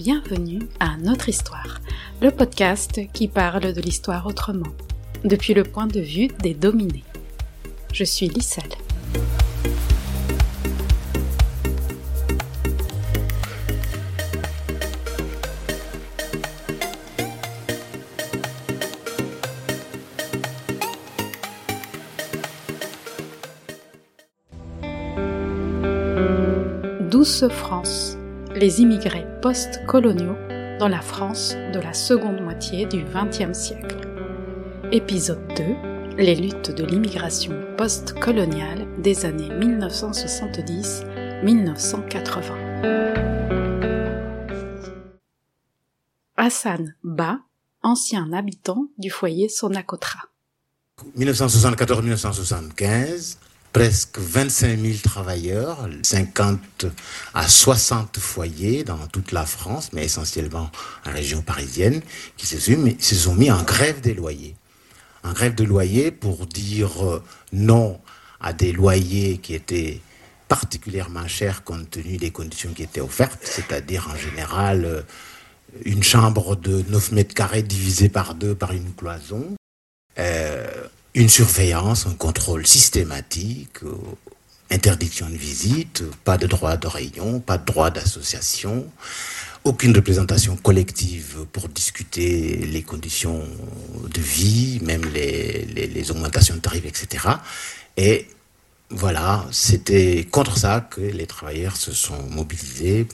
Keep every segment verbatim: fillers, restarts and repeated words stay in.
bienvenue à Notre Histoire, le podcast qui parle de l'histoire autrement, depuis le point de vue des dominés. Je suis Lisselle. Douce France, les immigrés post-coloniaux dans la France de la seconde moitié du vingtième siècle. Épisode deux, les luttes de l'immigration post-coloniale des années mille neuf cent soixante-dix à mille neuf cent quatre-vingts. Hassan Ba, ancien habitant du foyer Sonacotra. dix-neuf cent soixante-quatorze à dix-neuf cent soixante-quinze, presque vingt-cinq mille travailleurs, cinquante à soixante foyers dans toute la France, mais essentiellement en région parisienne, qui se sont mis, se sont mis en grève des loyers. En grève de loyer pour dire non à des loyers qui étaient particulièrement chers compte tenu des conditions qui étaient offertes, c'est-à-dire en général une chambre de neuf mètres carrés divisée par deux par une cloison, euh, une surveillance, un contrôle systématique, euh, interdiction de visite, pas de droit de réunion, pas de droit d'association, aucune représentation collective pour discuter les conditions de vie, même les, les, les augmentations de tarifs, et cetera. Et voilà, c'était contre ça que les travailleurs se sont mobilisés.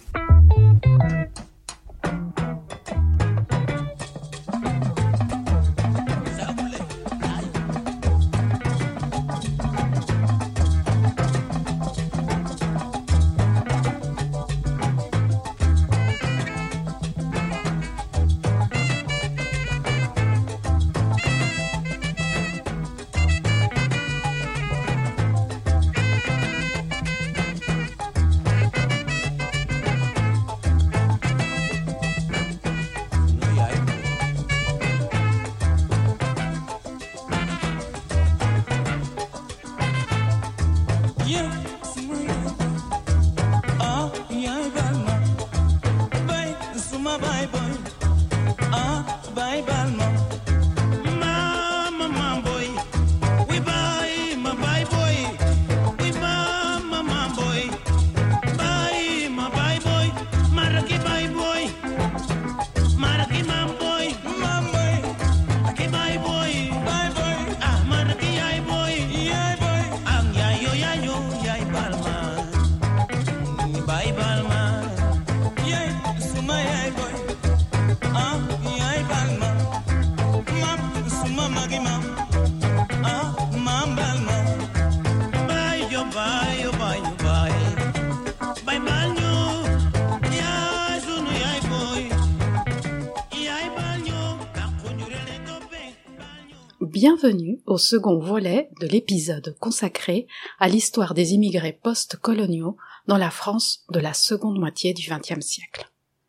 Bienvenue au second volet de l'épisode consacré à l'histoire des immigrés post-coloniaux dans la France de la seconde moitié du vingtième siècle.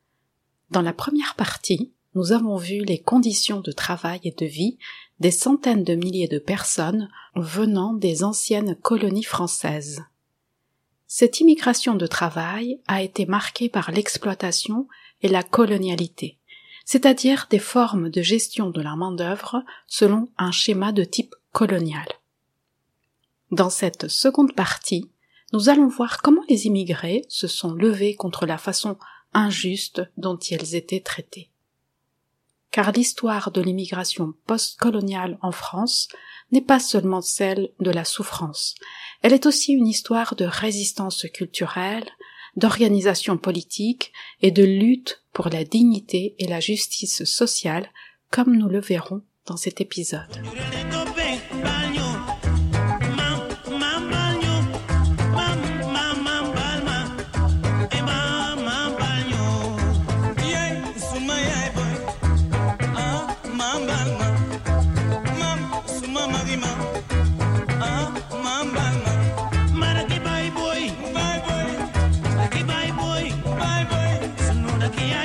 Dans la première partie, nous avons vu les conditions de travail et de vie des centaines de milliers de personnes venant des anciennes colonies françaises. Cette immigration de travail a été marquée par l'exploitation et la colonialité, c'est-à-dire des formes de gestion de la main-d'œuvre selon un schéma de type colonial. Dans cette seconde partie, nous allons voir comment les immigrés se sont levés contre la façon injuste dont ils étaient traités. Car l'histoire de l'immigration post-coloniale en France n'est pas seulement celle de la souffrance, elle est aussi une histoire de résistance culturelle, d'organisation politique et de lutte pour la dignité et la justice sociale, comme nous le verrons dans cet épisode.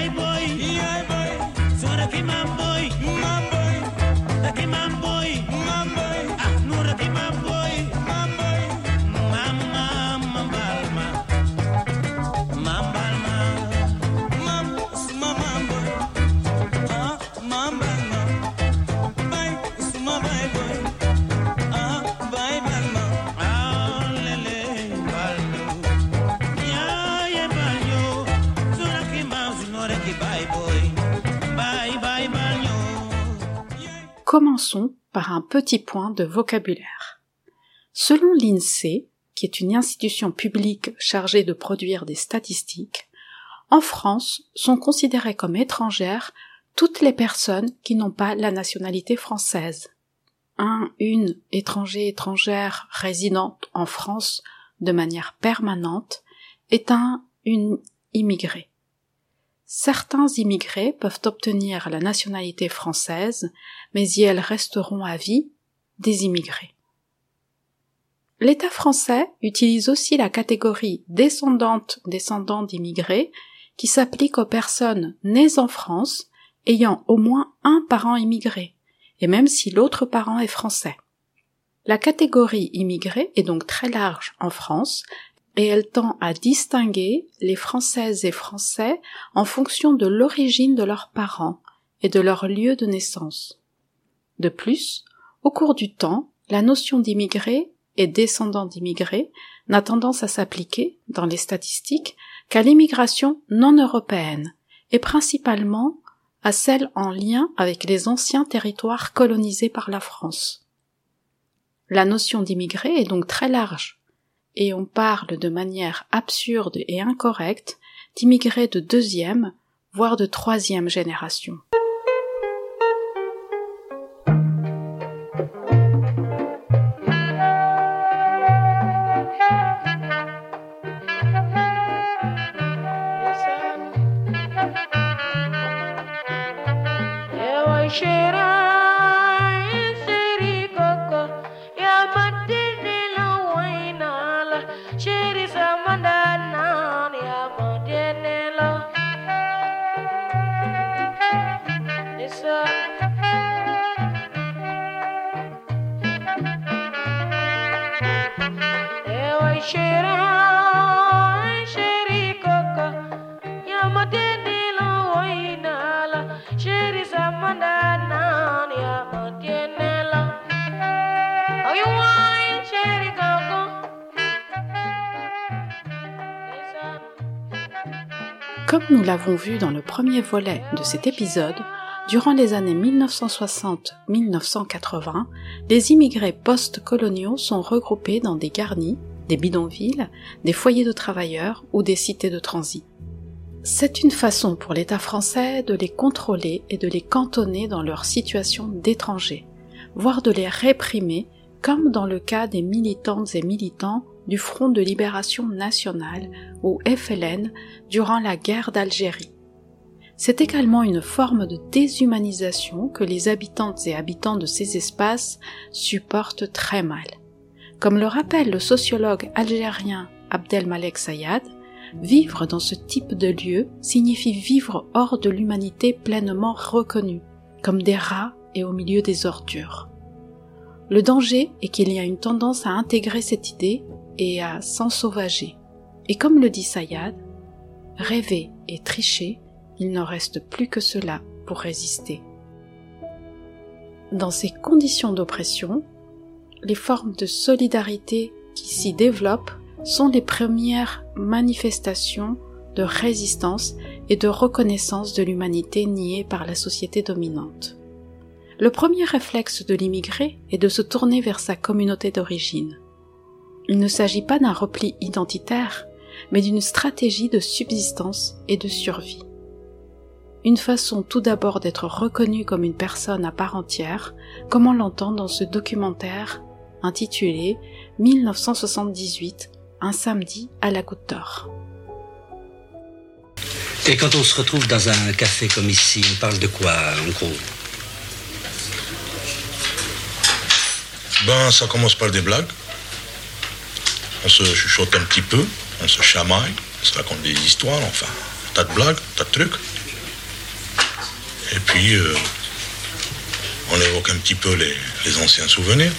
My boy, Commençons par un petit point de vocabulaire. Selon l'INSEE, qui est une institution publique chargée de produire des statistiques, en France sont considérées comme étrangères toutes les personnes qui n'ont pas la nationalité française. Un, une étranger, étrangère résidente en France de manière permanente est un, une immigré. Certains immigrés peuvent obtenir la nationalité française, mais elles resteront à vie des immigrés. L'État français utilise aussi la catégorie descendante descendants d'immigrés qui s'applique aux personnes nées en France ayant au moins un parent immigré, et même si l'autre parent est français. La catégorie immigrée est donc très large en France, et elle tend à distinguer les Françaises et Français en fonction de l'origine de leurs parents et de leur lieu de naissance. De plus, au cours du temps, la notion d'immigré et descendant d'immigrés n'a tendance à s'appliquer, dans les statistiques, qu'à l'immigration non européenne, et principalement à celle en lien avec les anciens territoires colonisés par la France. La notion d'immigré est donc très large, et on parle de manière absurde et incorrecte d'immigrés de deuxième, voire de troisième génération. Comme nous l'avons vu dans le premier volet de cet épisode, durant les années mille neuf cent soixante à mille neuf cent quatre-vingts, les immigrés post-coloniaux sont regroupés dans des garnis, des bidonvilles, des foyers de travailleurs ou des cités de transit. C'est une façon pour l'État français de les contrôler et de les cantonner dans leur situation d'étrangers, voire de les réprimer, comme dans le cas des militantes et militants du Front de Libération Nationale, ou F L N, durant la guerre d'Algérie. C'est également une forme de déshumanisation que les habitantes et habitants de ces espaces supportent très mal. Comme le rappelle le sociologue algérien Abdelmalek Sayad, vivre dans ce type de lieu signifie vivre hors de l'humanité pleinement reconnue, comme des rats et au milieu des ordures. Le danger est qu'il y a une tendance à intégrer cette idée et à s'ensauvager. Et comme le dit Sayad, rêver et tricher, il n'en reste plus que cela pour résister. Dans ces conditions d'oppression, les formes de solidarité qui s'y développent sont les premières manifestations de résistance et de reconnaissance de l'humanité niée par la société dominante. Le premier réflexe de l'immigré est de se tourner vers sa communauté d'origine. Il ne s'agit pas d'un repli identitaire, mais d'une stratégie de subsistance et de survie. Une façon tout d'abord d'être reconnu comme une personne à part entière, comme on l'entend dans ce documentaire intitulé mille neuf cent soixante-dix-huit, un samedi à la Goutte d'Or. Et quand on se retrouve dans un café comme ici, on parle de quoi, en gros ? Ben, ça commence par des blagues. On se chuchote un petit peu, on se chamaille, on se raconte des histoires, enfin, tas de blagues, tas de trucs. Et puis, euh, on évoque un petit peu les, les anciens souvenirs.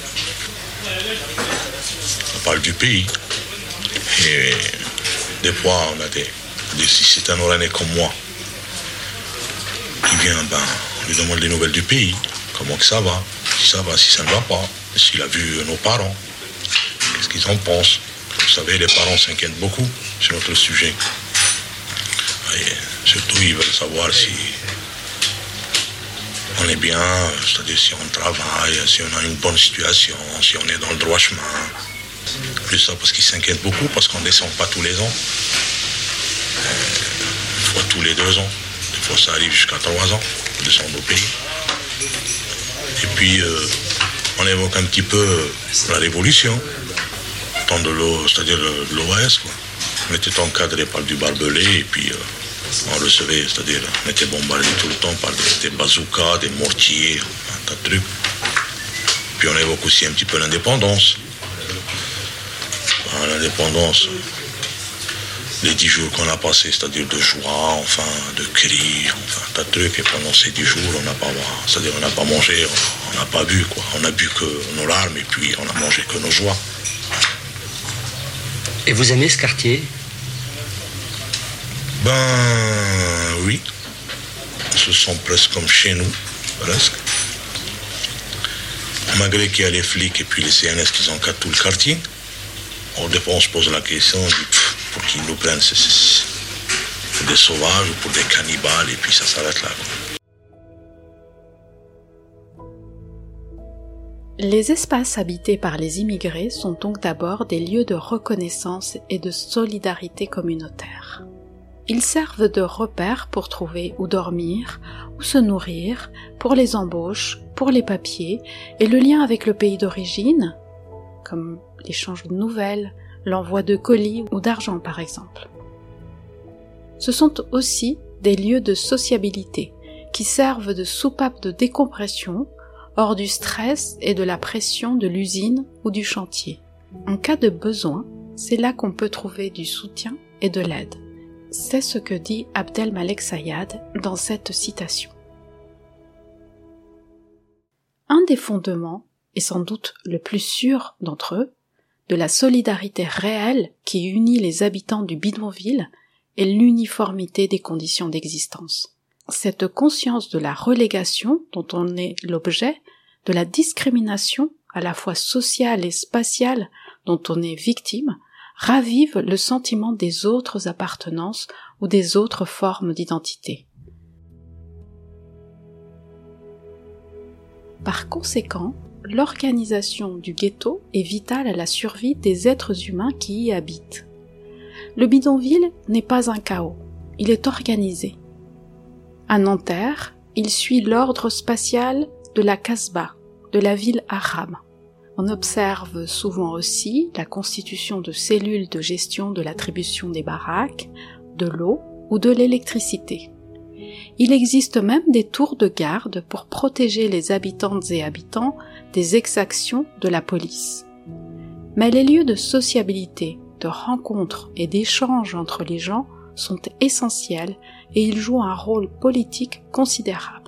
On parle du pays. Et des fois, on a des, des si c'est un Oranais comme moi qui vient, ben, on lui demande les nouvelles du pays, comment que ça va, si ça va, si ça ne va pas, s'il a vu nos parents, qu'est-ce qu'ils en pensent. Vous savez, les parents s'inquiètent beaucoup sur notre sujet. Et Surtout, ils veulent savoir si on est bien, c'est-à-dire si on travaille, si on a une bonne situation, si on est dans le droit chemin. Plus ça parce qu'ils s'inquiètent beaucoup, parce qu'on ne descend pas tous les ans. Une fois tous les deux ans. Des fois, ça arrive jusqu'à trois ans, on descend au pays. Et puis, euh, on évoque un petit peu la révolution, temps de l'eau, c'est-à-dire de l'O A S, quoi. On était encadré par du barbelé et puis euh, on recevait, c'est-à-dire on était bombardé tout le temps par des, des bazookas, des mortiers, un tas de trucs. Puis on évoque aussi un petit peu l'indépendance. Enfin, l'indépendance, les dix jours qu'on a passés, c'est-à-dire de joie, enfin, de cris, enfin, un tas de trucs. Et pendant ces dix jours, on n'a pas, c'est-à-dire on n'a pas mangé, on n'a pas bu, quoi. On a bu que nos larmes et puis on a mangé que nos joies. Et vous aimez ce quartier ? Ben oui, on se sent presque comme chez nous, presque. Malgré qu'il y a les flics et puis les C N S qui encadrent tout le quartier, on, des fois on se pose la question, on dit pff, pour qu'ils nous prennent, c'est, c'est, pour des sauvages ou pour des cannibales, et puis ça s'arrête là, quoi. Les espaces habités par les immigrés sont donc d'abord des lieux de reconnaissance et de solidarité communautaire. Ils servent de repères pour trouver où dormir, où se nourrir, pour les embauches, pour les papiers et le lien avec le pays d'origine, comme l'échange de nouvelles, l'envoi de colis ou d'argent par exemple. Ce sont aussi des lieux de sociabilité qui servent de soupape de décompression hors du stress et de la pression de l'usine ou du chantier. En cas de besoin, c'est là qu'on peut trouver du soutien et de l'aide. C'est ce que dit Abdelmalek Sayad dans cette citation. Un des fondements, et sans doute le plus sûr d'entre eux, de la solidarité réelle qui unit les habitants du bidonville est l'uniformité des conditions d'existence. Cette conscience de la relégation dont on est l'objet, de la discrimination à la fois sociale et spatiale dont on est victime, ravive le sentiment des autres appartenances ou des autres formes d'identité. Par conséquent, l'organisation du ghetto est vitale à la survie des êtres humains qui y habitent. Le bidonville n'est pas un chaos, il est organisé. À Nanterre, il suit l'ordre spatial de la Casbah, de la ville arabe. On observe souvent aussi la constitution de cellules de gestion de l'attribution des baraques, de l'eau ou de l'électricité. Il existe même des tours de garde pour protéger les habitantes et habitants des exactions de la police. Mais les lieux de sociabilité, de rencontres et d'échanges entre les gens sont essentiels et ils jouent un rôle politique considérable.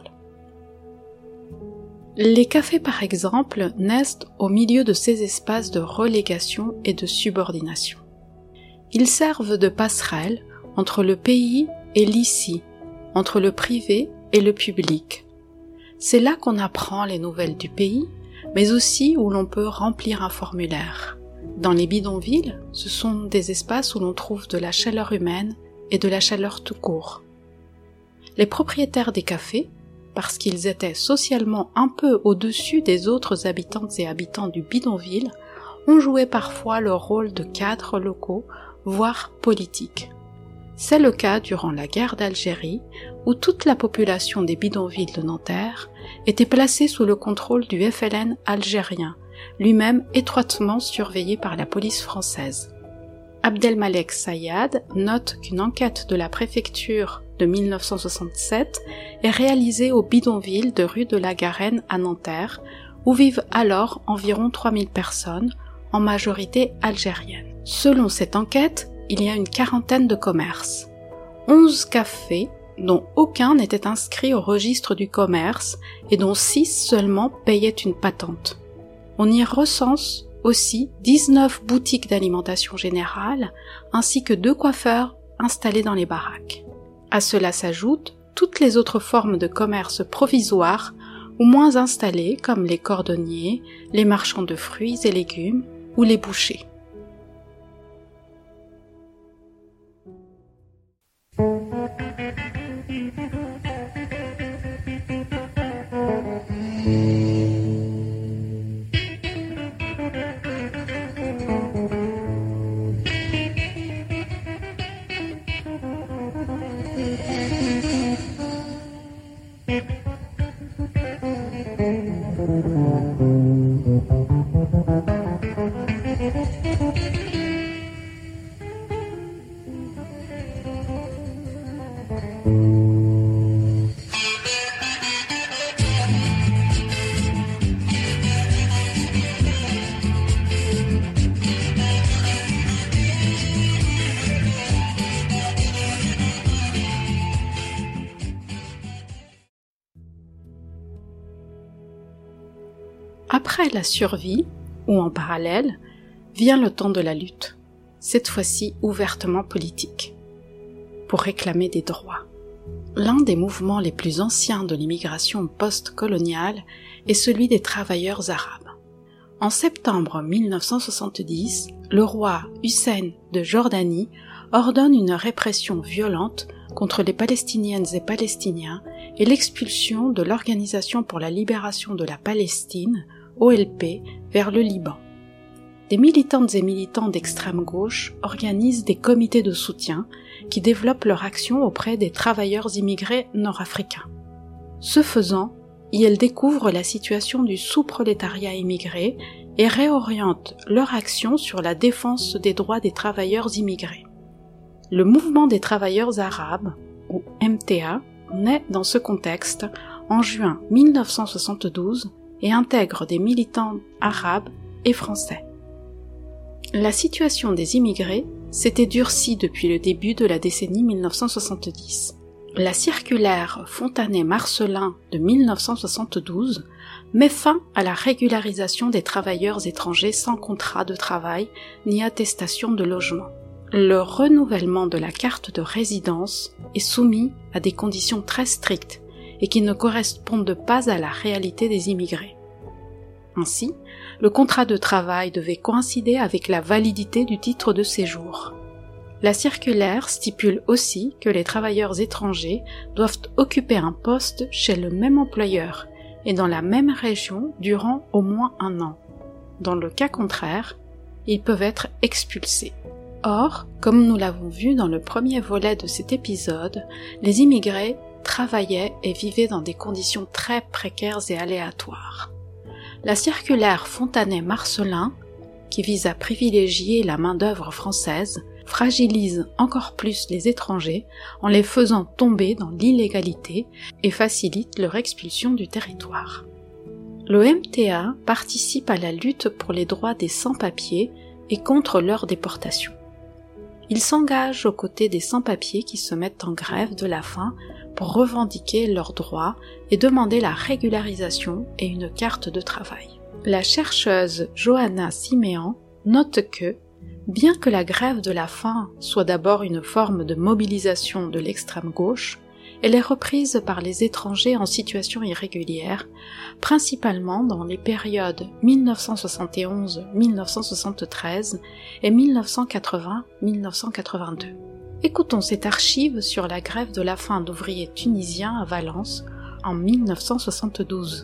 Les cafés, par exemple, naissent au milieu de ces espaces de relégation et de subordination. Ils servent de passerelle entre le pays et l'ici, entre le privé et le public. C'est là qu'on apprend les nouvelles du pays, mais aussi où l'on peut remplir un formulaire. Dans les bidonvilles, ce sont des espaces où l'on trouve de la chaleur humaine et de la chaleur tout court. Les propriétaires des cafés, parce qu'ils étaient socialement un peu au-dessus des autres habitantes et habitants du bidonville, ont joué parfois le rôle de cadres locaux, voire politiques. C'est le cas durant la guerre d'Algérie, où toute la population des bidonvilles de Nanterre était placée sous le contrôle du F L N algérien, lui-même étroitement surveillé par la police française. Abdelmalek Sayad note qu'une enquête de la préfecture de mille neuf cent soixante-sept est réalisée au bidonville de rue de la Garenne à Nanterre, où vivent alors environ trois mille personnes, en majorité algériennes. Selon cette enquête, il y a une quarantaine de commerces. Onze cafés, dont aucun n'était inscrit au registre du commerce et dont six seulement payaient une patente. On y recense aussi dix-neuf boutiques d'alimentation générale ainsi que deux coiffeurs installés dans les baraques. À cela s'ajoutent toutes les autres formes de commerce provisoires ou moins installées comme les cordonniers, les marchands de fruits et légumes ou les bouchers. Après la survie, ou en parallèle, vient le temps de la lutte, cette fois-ci ouvertement politique, pour réclamer des droits. L'un des mouvements les plus anciens de l'immigration post-coloniale est celui des travailleurs arabes. En septembre mille neuf cent soixante-dix, le roi Hussein de Jordanie ordonne une répression violente contre les Palestiniennes et Palestiniens et l'expulsion de l'Organisation pour la libération de la Palestine, O L P, vers le Liban. Des militantes et militants d'extrême gauche organisent des comités de soutien qui développent leur action auprès des travailleurs immigrés nord-africains. Ce faisant, ils découvrent la situation du sous-prolétariat immigré et réorientent leur action sur la défense des droits des travailleurs immigrés. Le mouvement des travailleurs arabes, ou M T A, naît dans ce contexte en juin mille neuf cent soixante-douze et intègre des militants arabes et français. La situation des immigrés s'était durcie depuis le début de la décennie mille neuf cent soixante-dix. La circulaire Fontanet-Marcellin de mille neuf cent soixante-douze met fin à la régularisation des travailleurs étrangers sans contrat de travail ni attestation de logement. Le renouvellement de la carte de résidence est soumis à des conditions très strictes et qui ne correspondent pas à la réalité des immigrés. Ainsi, le contrat de travail devait coïncider avec la validité du titre de séjour. La circulaire stipule aussi que les travailleurs étrangers doivent occuper un poste chez le même employeur et dans la même région durant au moins un an. Dans le cas contraire, ils peuvent être expulsés. Or, comme nous l'avons vu dans le premier volet de cet épisode, les immigrés travaillaient et vivaient dans des conditions très précaires et aléatoires. La circulaire Fontanet-Marcellin, qui vise à privilégier la main-d'œuvre française, fragilise encore plus les étrangers en les faisant tomber dans l'illégalité et facilite leur expulsion du territoire. Le M T A participe à la lutte pour les droits des sans-papiers et contre leur déportation. Il s'engage aux côtés des sans-papiers qui se mettent en grève de la faim pour revendiquer leurs droits et demander la régularisation et une carte de travail. La chercheuse Johanna Siméan note que, bien que la grève de la faim soit d'abord une forme de mobilisation de l'extrême gauche, elle est reprise par les étrangers en situation irrégulière, principalement dans les périodes mille neuf cent soixante et onze à mille neuf cent soixante-treize et mille neuf cent quatre-vingts à mille neuf cent quatre-vingt-deux. Écoutons cette archive sur la grève de la faim d'ouvriers tunisiens à Valence en mille neuf cent soixante-douze.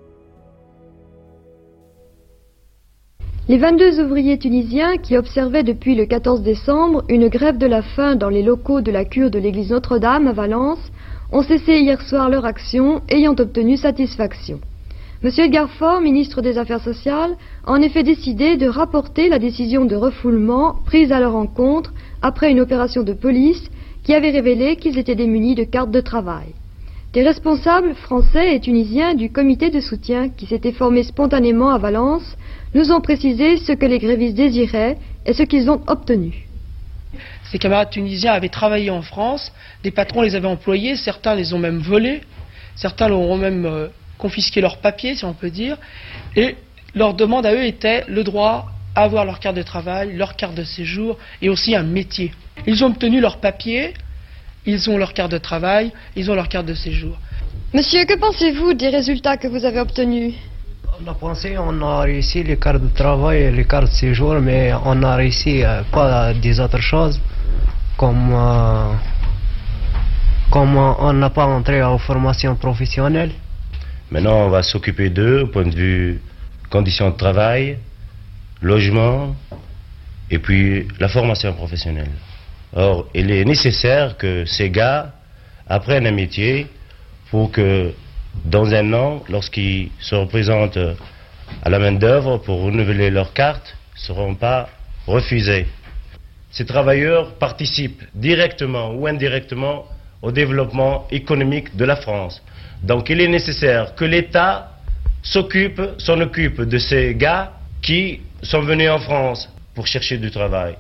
Les vingt-deux ouvriers tunisiens qui observaient depuis le quatorze décembre une grève de la faim dans les locaux de la cure de l'église Notre-Dame à Valence ont cessé hier soir leur action, ayant obtenu satisfaction. Monsieur Edgar Faure, ministre des Affaires sociales, a en effet décidé de rapporter la décision de refoulement prise à leur encontre après une opération de police qui avait révélé qu'ils étaient démunis de cartes de travail. Des responsables français et tunisiens du comité de soutien qui s'était formé spontanément à Valence nous ont précisé ce que les grévistes désiraient et ce qu'ils ont obtenu. Ces camarades tunisiens avaient travaillé en France, des patrons les avaient employés, certains les ont même volés, certains leur ont même euh, confisqué leurs papiers, si on peut dire, et leur demande à eux était le droit à avoir leur carte de travail, leur carte de séjour et aussi un métier. Ils ont obtenu leurs papiers, ils ont leur carte de travail, ils ont leur carte de séjour. Monsieur, que pensez-vous des résultats que vous avez obtenus ? On a pensé, on a réussi les cartes de travail et les cartes de séjour, mais on n'a réussi euh, pas des autres choses, comme, euh, comme on n'a pas entré en formation professionnelle. Maintenant, on va s'occuper d'eux au point de vue conditions de travail, logement et puis la formation professionnelle. Or, il est nécessaire que ces gars apprennent un métier pour que dans un an, lorsqu'ils se représentent à la main-d'œuvre pour renouveler leur carte, ne seront pas refusés. Ces travailleurs participent directement ou indirectement au développement économique de la France. Donc il est nécessaire que l'État s'occupe, s'en occupe de ces gars qui sont venus en France pour chercher du travail.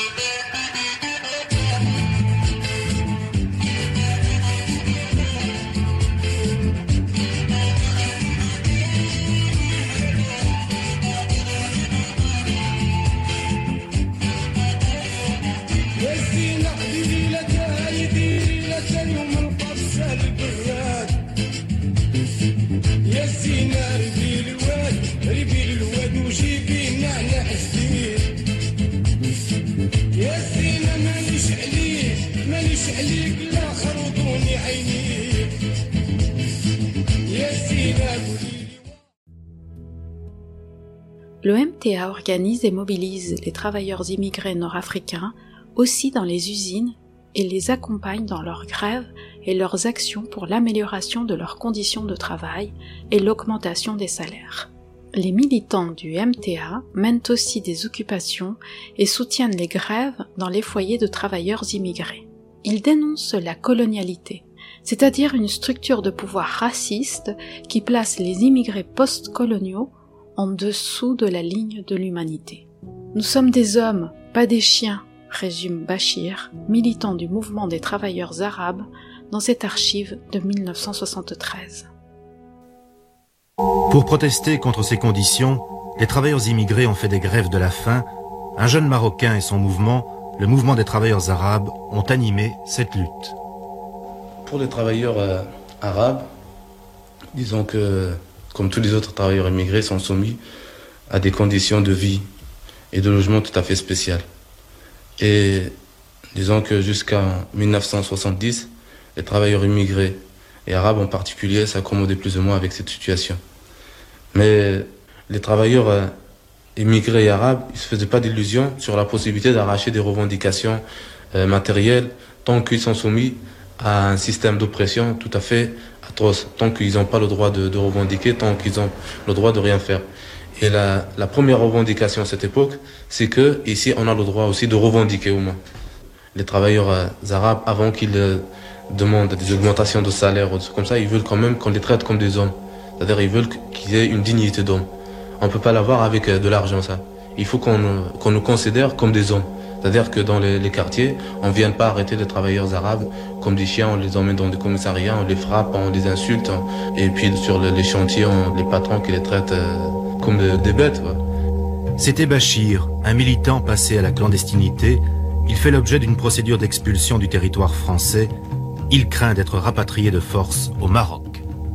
Le M T A organise et mobilise les travailleurs immigrés nord-africains aussi dans les usines et les accompagne dans leurs grèves et leurs actions pour l'amélioration de leurs conditions de travail et l'augmentation des salaires. Les militants du M T A mènent aussi des occupations et soutiennent les grèves dans les foyers de travailleurs immigrés. Ils dénoncent la colonialité, c'est-à-dire une structure de pouvoir raciste qui place les immigrés post-coloniaux en dessous de la ligne de l'humanité. Nous sommes des hommes, pas des chiens, résume Bachir, militant du mouvement des travailleurs arabes, dans cette archive de mille neuf cent soixante-treize. Pour protester contre ces conditions, les travailleurs immigrés ont fait des grèves de la faim. Un jeune Marocain et son mouvement, le mouvement des travailleurs arabes, ont animé cette lutte. Pour les travailleurs euh, arabes, disons que comme tous les autres travailleurs immigrés, sont soumis à des conditions de vie et de logement tout à fait spéciales. Et disons que jusqu'en mille neuf cent soixante-dix, les travailleurs immigrés et arabes en particulier s'accommodaient plus ou moins avec cette situation. Mais les travailleurs euh, immigrés et arabes, ils ne se faisaient pas d'illusions sur la possibilité d'arracher des revendications euh, matérielles tant qu'ils sont soumis à un système d'oppression tout à fait atroce, tant qu'ils n'ont pas le droit de, de revendiquer, tant qu'ils ont le droit de rien faire. Et la, la première revendication à cette époque, c'est que ici on a le droit aussi de revendiquer au moins. Les travailleurs euh, arabes, avant qu'ils euh, demandent des augmentations de salaire ou des trucs comme ça, ils veulent quand même qu'on les traite comme des hommes. C'est-à-dire ils veulent qu'ils aient une dignité d'homme. On ne peut pas l'avoir avec euh, de l'argent, ça. Il faut qu'on, euh, qu'on nous considère comme des hommes. C'est-à-dire que dans les, les quartiers, on ne vient pas arrêter les travailleurs arabes comme des chiens, on les emmène dans des commissariats, on les frappe, on les insulte. On... Et puis sur les, les chantiers, on, les patrons qui les traitent euh, comme de, des bêtes. Ouais. C'était Bachir, un militant passé à la clandestinité. Il fait l'objet d'une procédure d'expulsion du territoire français. Il craint d'être rapatrié de force au Maroc.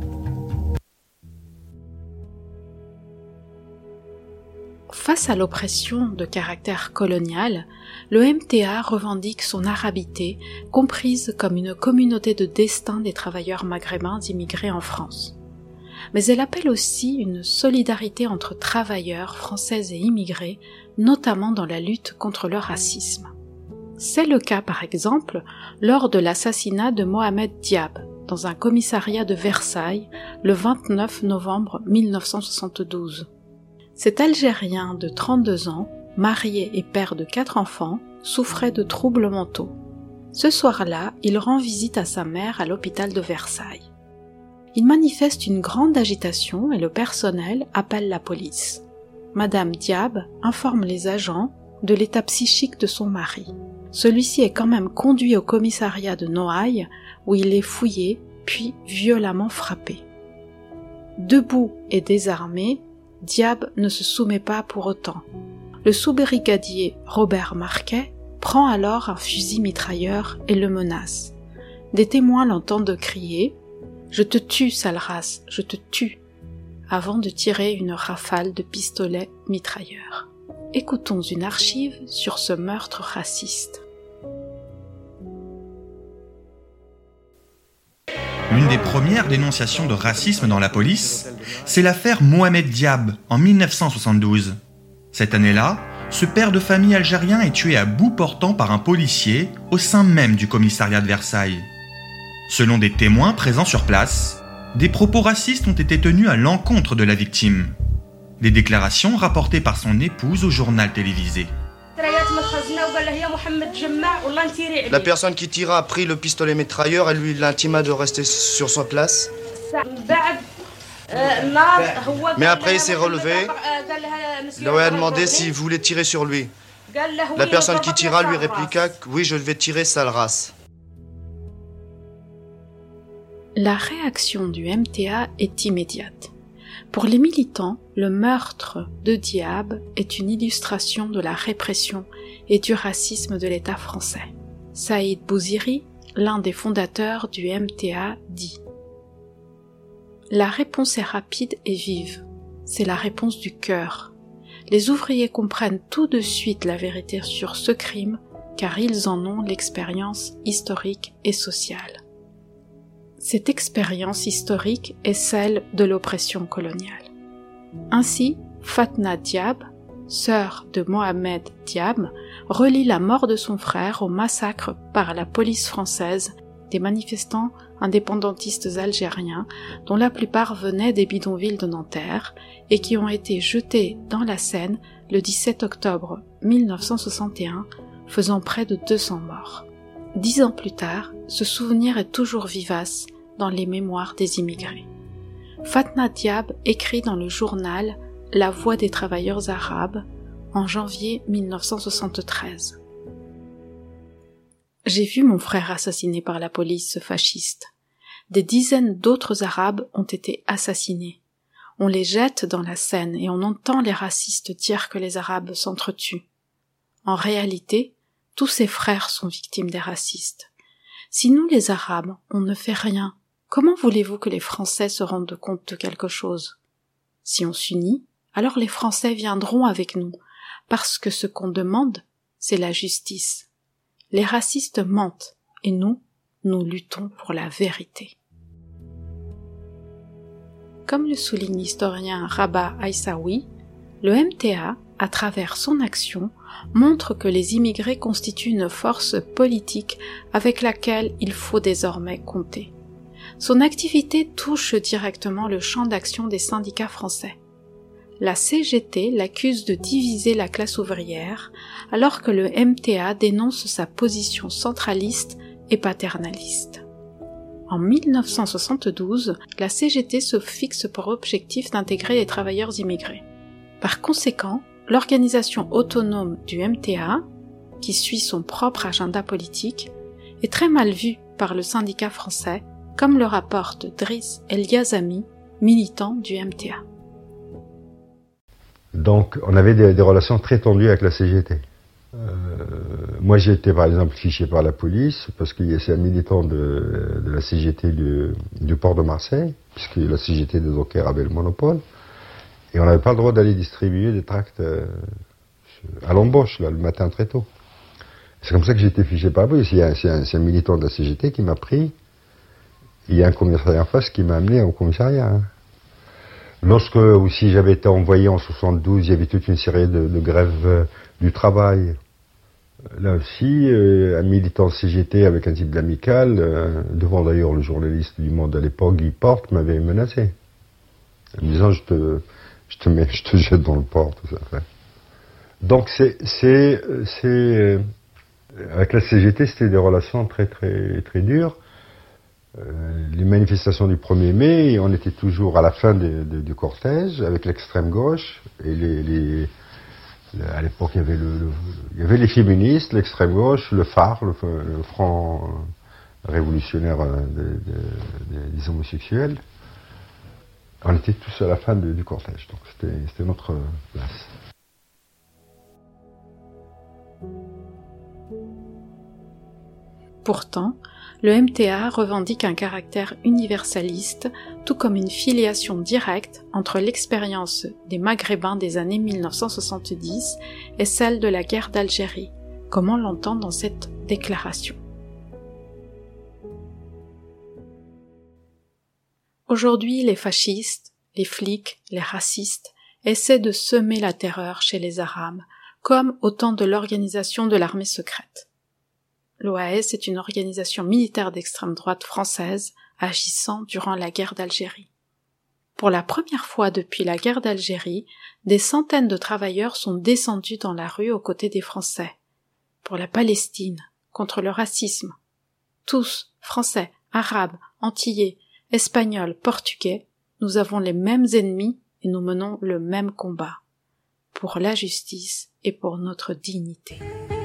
Face à l'oppression de caractère colonial, le M T A revendique son arabité, comprise comme une communauté de destin des travailleurs maghrébins immigrés en France. Mais elle appelle aussi une solidarité entre travailleurs français et immigrés, notamment dans la lutte contre le racisme. C'est le cas par exemple lors de l'assassinat de Mohamed Diab dans un commissariat de Versailles le vingt-neuf novembre mille neuf cent soixante-douze. Cet Algérien de trente-deux ans, marié et père de quatre enfants, souffrait de troubles mentaux. Ce soir-là, il rend visite à sa mère à l'hôpital de Versailles. Il manifeste une grande agitation et le personnel appelle la police. Madame Diab informe les agents de l'état psychique de son mari. Celui-ci est quand même conduit au commissariat de Noailles où il est fouillé puis violemment frappé. Debout et désarmé, Diab ne se soumet pas pour autant. Le sous-brigadier Robert Marquet prend alors un fusil mitrailleur et le menace. Des témoins l'entendent crier « Je te tue, sale race, je te tue !» avant de tirer une rafale de pistolets mitrailleurs. Écoutons une archive sur ce meurtre raciste. L'une des premières dénonciations de racisme dans la police, c'est l'affaire Mohamed Diab en mille neuf cent soixante-douze. Cette année-là, ce père de famille algérien est tué à bout portant par un policier au sein même du commissariat de Versailles. Selon des témoins présents sur place, des propos racistes ont été tenus à l'encontre de la victime. Des déclarations rapportées par son épouse au journal télévisé. La personne qui tira a pris le pistolet mitrailleur et lui l'intima de rester sur sa place. Mais après il s'est relevé, il leur a demandé s'il voulait tirer sur lui. La personne qui tira lui répliqua « Oui, je vais tirer, sale race ». La réaction du M T A est immédiate. Pour les militants, le meurtre de Diab est une illustration de la répression et du racisme de l'État français. Saïd Bouziri, l'un des fondateurs du M T A, dit « La réponse est rapide et vive. C'est la réponse du cœur. Les ouvriers comprennent tout de suite la vérité sur ce crime car ils en ont l'expérience historique et sociale. » Cette expérience historique est celle de l'oppression coloniale. Ainsi, Fatna Diab, sœur de Mohamed Diab, relie la mort de son frère au massacre par la police française des manifestants indépendantistes algériens dont la plupart venaient des bidonvilles de Nanterre et qui ont été jetés dans la Seine le dix-sept octobre mille neuf cent soixante et un, faisant près de deux cents morts. Dix ans plus tard, ce souvenir est toujours vivace dans les mémoires des immigrés. Fatna Diab écrit dans le journal La Voix des travailleurs arabes en janvier mille neuf cent soixante-treize. J'ai vu mon frère assassiné par la police fasciste. Des dizaines d'autres Arabes ont été assassinés. On les jette dans la Seine et on entend les racistes dire que les Arabes s'entretuent. En réalité, tous ses frères sont victimes des racistes. Si nous, les Arabes, on ne fait rien, comment voulez-vous que les Français se rendent compte de quelque chose? Si on s'unit, alors les Français viendront avec nous, parce que ce qu'on demande, c'est la justice. Les racistes mentent, et nous, nous luttons pour la vérité. Comme le souligne l'historien Rabah Aïssaoui, le M T A, à travers son action, montre que les immigrés constituent une force politique avec laquelle il faut désormais compter. Son activité touche directement le champ d'action des syndicats français. La C G T l'accuse de diviser la classe ouvrière, alors que le M T A dénonce sa position centraliste et paternaliste. En mille neuf cent soixante-douze, la C G T se fixe pour objectif d'intégrer les travailleurs immigrés. Par conséquent, l'organisation autonome du M T A, qui suit son propre agenda politique, est très mal vue par le syndicat français, comme le rapporte Driss El Yazami, militant du M T A. Donc, on avait des, des relations très tendues avec la C G T. Euh, moi, j'ai été par exemple fiché par la police parce que c'est un militant de, de la C G T du, du port de Marseille, puisque la C G T de Docker avait le monopole, et on n'avait pas le droit d'aller distribuer des tracts euh, à l'embauche là, le matin très tôt. C'est comme ça que j'ai été fiché par la police. C'est un, un militant de la C G T qui m'a pris. Il y a un commissariat en face qui m'a amené au commissariat. Hein. Lorsque aussi j'avais été envoyé en soixante-douze, il y avait toute une série de, de grèves euh, du travail. Là aussi, euh, un militant C G T avec un type d'amical, euh, devant d'ailleurs le journaliste du Monde à l'époque, Guy Porte, m'avait menacé. En me disant, je te, je te mets, je te jette dans le port, tout ça. Ouais. Donc c'est, c'est, c'est, euh, avec la C G T, c'était des relations très, très, très dures. Euh, les manifestations du premier mai, on était toujours à la fin de, de, du cortège avec l'extrême gauche et les, les, les à l'époque il y avait le, le il y avait les féministes, l'extrême gauche, le phare, le, le front révolutionnaire de, de, de, des homosexuels. On était tous à la fin de, du cortège, donc c'était, c'était notre place. Pourtant, le M T A revendique un caractère universaliste, tout comme une filiation directe entre l'expérience des Maghrébins des années mille neuf cent soixante-dix et celle de la guerre d'Algérie, comme on l'entend dans cette déclaration. Aujourd'hui, les fascistes, les flics, les racistes essaient de semer la terreur chez les Arabes, comme au temps de l'organisation de l'armée secrète. l'O A S est une organisation militaire d'extrême droite française agissant durant la guerre d'Algérie. Pour la première fois depuis la guerre d'Algérie, des centaines de travailleurs sont descendus dans la rue aux côtés des Français. Pour la Palestine, contre le racisme. Tous, Français, Arabes, Antillais, Espagnols, Portugais, nous avons les mêmes ennemis et nous menons le même combat. Pour la justice et pour notre dignité.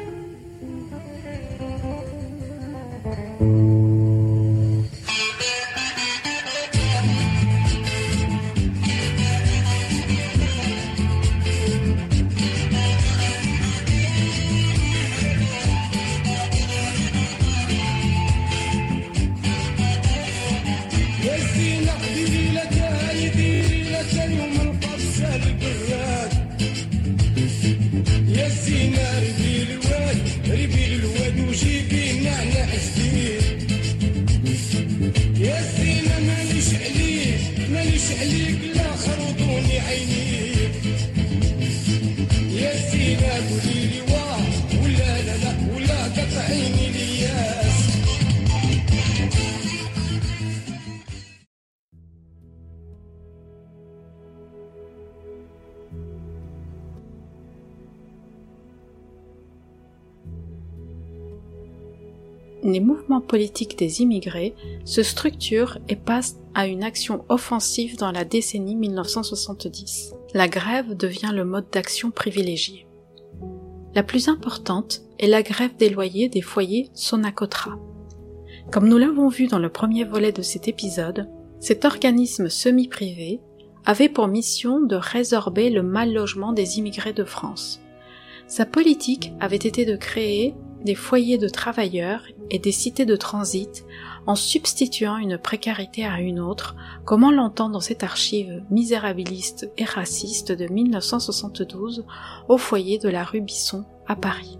Les mouvements politiques des immigrés se structurent et passent à une action offensive dans la décennie mille neuf cent soixante-dix. La grève devient le mode d'action privilégié. La plus importante est la grève des loyers des foyers Sonacotra. Comme nous l'avons vu dans le premier volet de cet épisode, cet organisme semi-privé avait pour mission de résorber le mal-logement des immigrés de France. Sa politique avait été de créer des foyers de travailleurs et des cités de transit en substituant une précarité à une autre, comme on l'entend dans cette archive misérabiliste et raciste de mille neuf cent soixante-douze au foyer de la rue Bisson à Paris.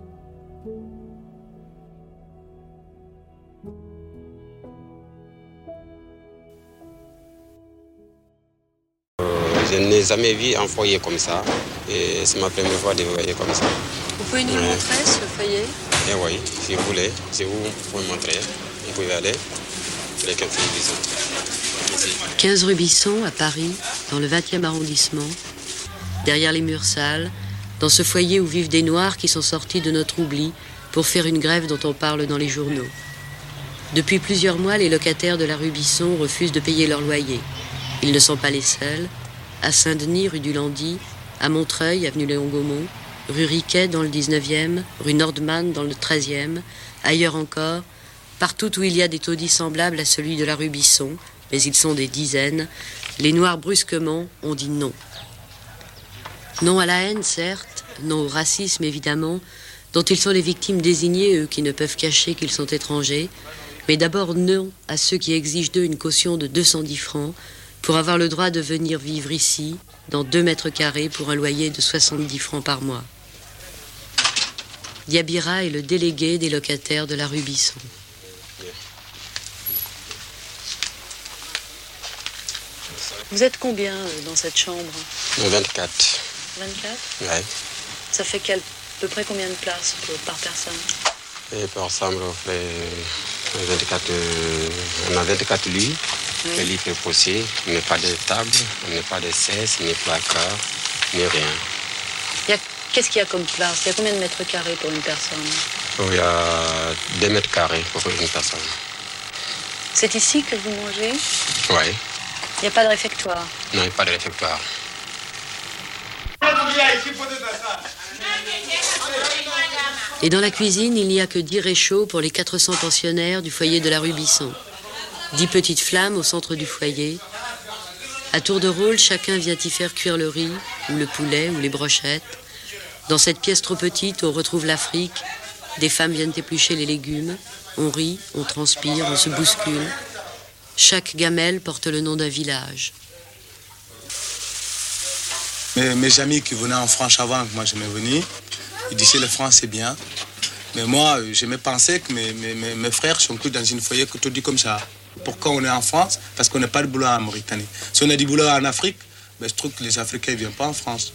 Je n'ai jamais vu un foyer comme ça et c'est ma première fois de voir comme ça. Vous pouvez nous le montrer, ce foyer? Eh oui, si vous voulez, si vous pouvez montrer, vous pouvez aller. Les quinze rue Bisson. Ici. quinze rue Bisson, à Paris, dans le vingtième arrondissement, derrière les murs sales, dans ce foyer où vivent des Noirs qui sont sortis de notre oubli pour faire une grève dont on parle dans les journaux. Depuis plusieurs mois, les locataires de la rue Bisson refusent de payer leur loyer. Ils ne sont pas les seuls. À Saint-Denis, rue du Landy, à Montreuil, avenue Léon Gaumont, rue Riquet dans le dix-neuvième, rue Nordman dans le treizième, ailleurs encore, partout où il y a des taudis semblables à celui de la rue Bisson, mais ils sont des dizaines, les Noirs brusquement ont dit non. Non à la haine, certes, non au racisme, évidemment, dont ils sont les victimes désignées, eux qui ne peuvent cacher qu'ils sont étrangers, mais d'abord non à ceux qui exigent d'eux une caution de deux cent dix francs pour avoir le droit de venir vivre ici, dans deux mètres carrés, pour un loyer de soixante-dix francs par mois. Diabira est le délégué des locataires de la rue Bisson. Vous êtes combien dans cette chambre? vingt-quatre. vingt-quatre? Oui. Ça fait quel, à peu près combien de places par personne? Et par ensemble, on fait vingt-quatre, on a vingt-quatre lits. Oui. Le lit peut pousser, il n'y a pas de table, il n'y a pas de chaise, il n'y a pas de placard, il n'y a rien. Il y a, qu'est-ce qu'il y a comme place? Il y a combien de mètres carrés pour une personne? Oh, il y a deux mètres carrés pour une personne. C'est ici que vous mangez? Oui. Il n'y a pas de réfectoire? Non, il n'y a pas de réfectoire. Et dans la cuisine, il n'y a que dix réchauds pour les quatre cents pensionnaires du foyer de la rue Bisson. Dix petites flammes au centre du foyer. À tour de rôle, chacun vient y faire cuire le riz, ou le poulet, ou les brochettes. Dans cette pièce trop petite, on retrouve l'Afrique. Des femmes viennent éplucher les légumes. On rit, on transpire, on se bouscule. Chaque gamelle porte le nom d'un village. Mes, mes amis qui venaient en France avant que moi je me venu, ils disaient le France c'est bien. Mais moi, je me pensais que mes, mes, mes frères sont tous dans une foyer que tout dit comme ça. Pourquoi on est en France? Parce qu'on n'a pas de boulot en Mauritanie. Si on a du boulot en Afrique, ben, je trouve que les Africains ne viennent pas en France.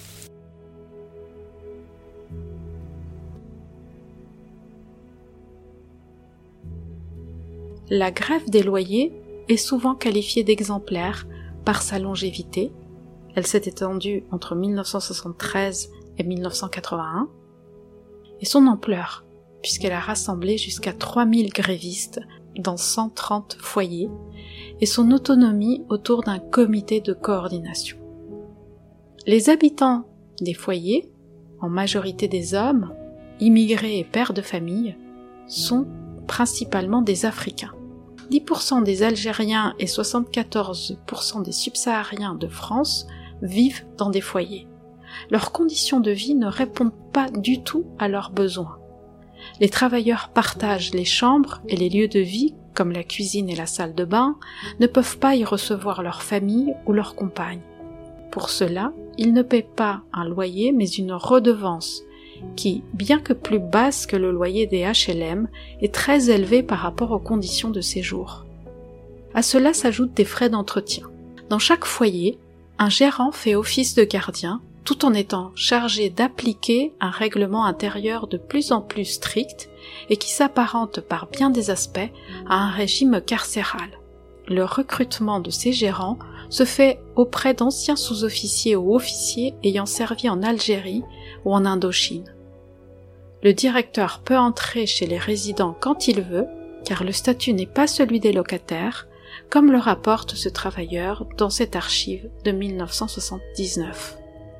la grève des loyers est souvent qualifiée d'exemplaire par sa longévité. Elle s'est étendue entre mille neuf cent soixante-treize et mille neuf cent quatre-vingt-un, et son ampleur, puisqu'elle a rassemblé jusqu'à trois mille grévistes dans cent trente foyers, et son autonomie autour d'un comité de coordination. Les habitants des foyers, en majorité des hommes, immigrés et pères de famille, sont principalement des Africains. dix pour cent des Algériens et soixante-quatorze pour cent des subsahariens de France vivent dans des foyers. Leurs conditions de vie ne répondent pas du tout à leurs besoins. Les travailleurs partagent les chambres et les lieux de vie, comme la cuisine et la salle de bain, ne peuvent pas y recevoir leur famille ou leur compagne. Pour cela, ils ne paient pas un loyer mais une redevance qui, bien que plus basse que le loyer des H L M, est très élevée par rapport aux conditions de séjour. À cela s'ajoutent des frais d'entretien. Dans chaque foyer, un gérant fait office de gardien, tout en étant chargé d'appliquer un règlement intérieur de plus en plus strict et qui s'apparente par bien des aspects à un régime carcéral. Le recrutement de ces gérants se fait auprès d'anciens sous-officiers ou officiers ayant servi en Algérie ou en Indochine. Le directeur peut entrer chez les résidents quand il veut, car le statut n'est pas celui des locataires, comme le rapporte ce travailleur dans cette archive de mille neuf cent soixante-dix-neuf.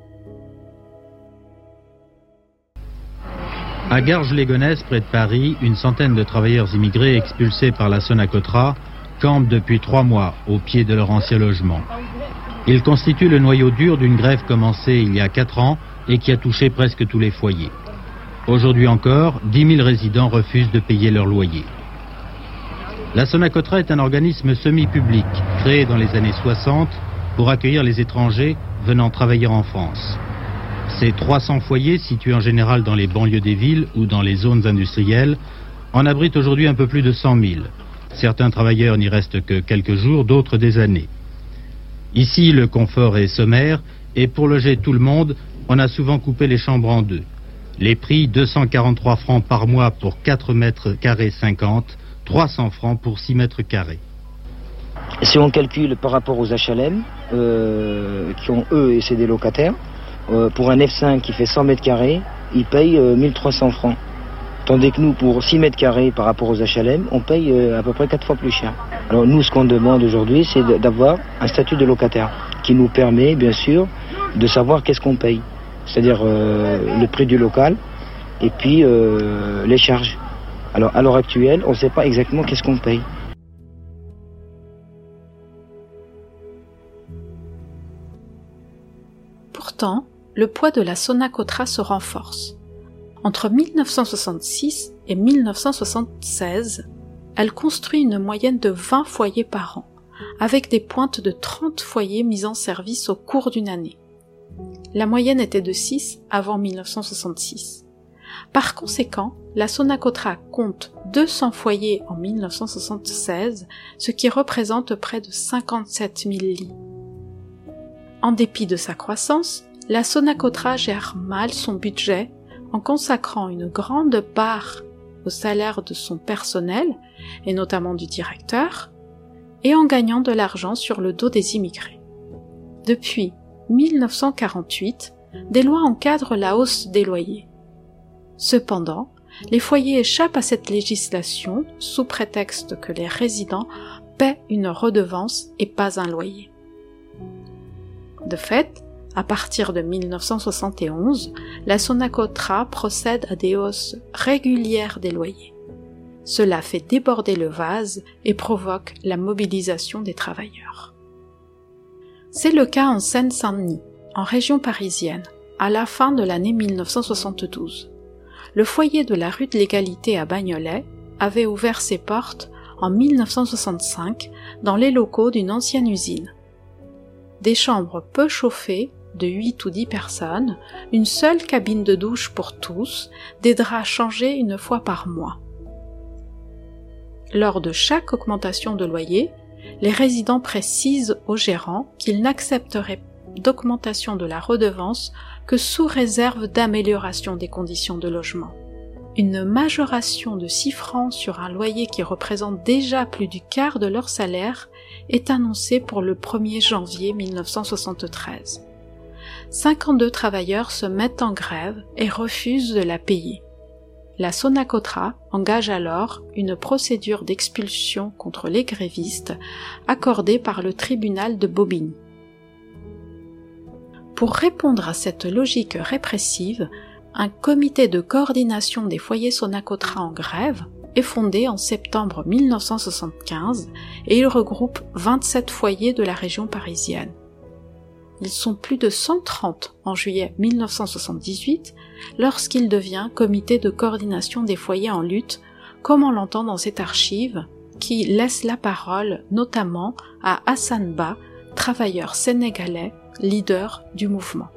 À Garges-les-Gonesse, près de Paris, une centaine de travailleurs immigrés expulsés par la Sonacotra campent depuis trois mois au pied de leur ancien logement. Ils constituent le noyau dur d'une grève commencée il y a quatre ans et qui a touché presque tous les foyers. Aujourd'hui encore, dix mille résidents refusent de payer leur loyer. La Sonacotra est un organisme semi-public créé dans les années soixante pour accueillir les étrangers venant travailler en France. Ces trois cents foyers, situés en général dans les banlieues des villes ou dans les zones industrielles, en abritent aujourd'hui un peu plus de cent mille. Certains travailleurs n'y restent que quelques jours, d'autres des années. Ici, le confort est sommaire, et pour loger tout le monde, on a souvent coupé les chambres en deux. Les prix, deux cent quarante-trois francs par mois pour quatre mètres carrés cinquante, trois cents francs pour six mètres carrés. Si on calcule par rapport aux H L M, euh, qui ont eux, et c'est des locataires, euh, pour un F cinq qui fait cent mètres carrés, ils payent euh, mille trois cents francs. Tandis que nous, pour six mètres carrés par rapport aux H L M, on paye euh, à peu près quatre fois plus cher. Alors nous, ce qu'on demande aujourd'hui, c'est d'avoir un statut de locataire qui nous permet, bien sûr, de savoir qu'est-ce qu'on paye. C'est-à-dire euh, le prix du local et puis euh, les charges. Alors à l'heure actuelle, on ne sait pas exactement qu'est-ce qu'on paye. Pourtant, le poids de la Sonacotra se renforce. Entre mille neuf cent soixante-six et mille neuf cent soixante-seize, elle construit une moyenne de vingt foyers par an, avec des pointes de trente foyers mis en service au cours d'une année. La moyenne était de six avant mille neuf cent soixante-six. Par conséquent, la Sonacotra compte deux cents foyers en mille neuf cent soixante-seize, ce qui représente près de cinquante-sept mille lits. En dépit de sa croissance, la Sonacotra gère mal son budget en consacrant une grande part au salaire de son personnel, et notamment du directeur, et en gagnant de l'argent sur le dos des immigrés. Depuis mille neuf cent quarante-huit, des lois encadrent la hausse des loyers. Cependant, les foyers échappent à cette législation sous prétexte que les résidents paient une redevance et pas un loyer. De fait, à partir de mille neuf cent soixante et onze, la Sonacotra procède à des hausses régulières des loyers. Cela fait déborder le vase et provoque la mobilisation des travailleurs. C'est le cas en Seine-Saint-Denis, en région parisienne, à la fin de l'année mille neuf cent soixante-douze. Le foyer de la rue de l'Égalité à Bagnolet avait ouvert ses portes en mille neuf cent soixante-cinq dans les locaux d'une ancienne usine. Des chambres peu chauffées, de huit ou dix personnes, une seule cabine de douche pour tous, des draps changés une fois par mois. Lors de chaque augmentation de loyer, les résidents précisent au gérant qu'ils n'accepteraient d'augmentation de la redevance que sous réserve d'amélioration des conditions de logement. Une majoration de six francs sur un loyer qui représente déjà plus du quart de leur salaire est annoncée pour le premier janvier mille neuf cent soixante-treize. cinquante-deux travailleurs se mettent en grève et refusent de la payer. La Sonacotra engage alors une procédure d'expulsion contre les grévistes accordée par le tribunal de Bobigny. Pour répondre à cette logique répressive, un comité de coordination des foyers Sonacotra en grève est fondé en septembre mille neuf cent soixante-quinze et il regroupe vingt-sept foyers de la région parisienne. Ils sont plus de cent trente en juillet mille neuf cent soixante-dix-huit lorsqu'il devient comité de coordination des foyers en lutte, comme on l'entend dans cette archive, qui laisse la parole notamment à Hassan Ba, travailleur sénégalais, leader du mouvement.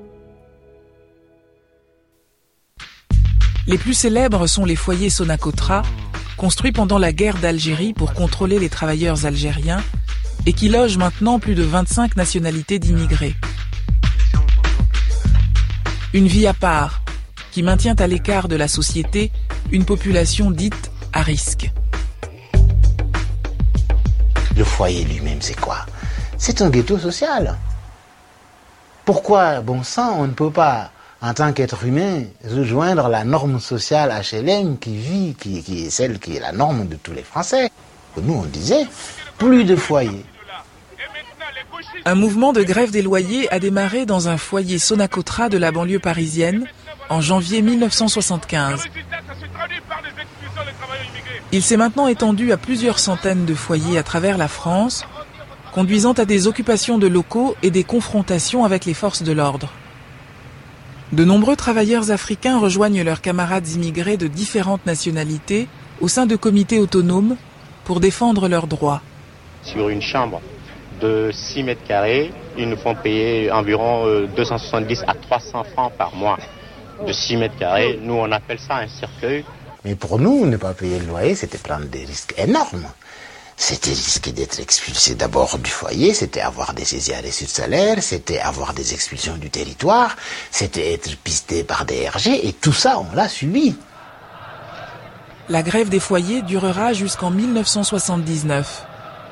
Les plus célèbres sont les foyers Sonacotra, construits pendant la guerre d'Algérie pour contrôler les travailleurs algériens et qui logent maintenant plus de vingt-cinq nationalités d'immigrés. Une vie à part, qui maintient à l'écart de la société une population dite à risque. Le foyer lui-même, c'est quoi? C'est un ghetto social. Pourquoi, bon sang, on ne peut pas, en tant qu'être humain, rejoindre la norme sociale H L M qui vit, qui, qui est celle qui est la norme de tous les Français? Nous, on disait, plus de foyers. Un mouvement de grève des loyers a démarré dans un foyer Sonacotra de la banlieue parisienne en janvier mille neuf cent soixante-quinze. Il s'est maintenant étendu à plusieurs centaines de foyers à travers la France, conduisant à des occupations de locaux et des confrontations avec les forces de l'ordre. De nombreux travailleurs africains rejoignent leurs camarades immigrés de différentes nationalités au sein de comités autonomes pour défendre leurs droits. Sur une chambre de six mètres carrés, ils nous font payer environ deux cent soixante-dix à trois cents francs par mois. De six mètres carrés, nous on appelle ça un cercueil. Mais pour nous, ne pas payer le loyer, c'était prendre des risques énormes. C'était risquer d'être expulsé d'abord du foyer, c'était avoir des saisies à reçu de salaire, c'était avoir des expulsions du territoire, c'était être pisté par des R G, et tout ça, on l'a subi. La grève des foyers durera jusqu'en mille neuf cent soixante-dix-neuf.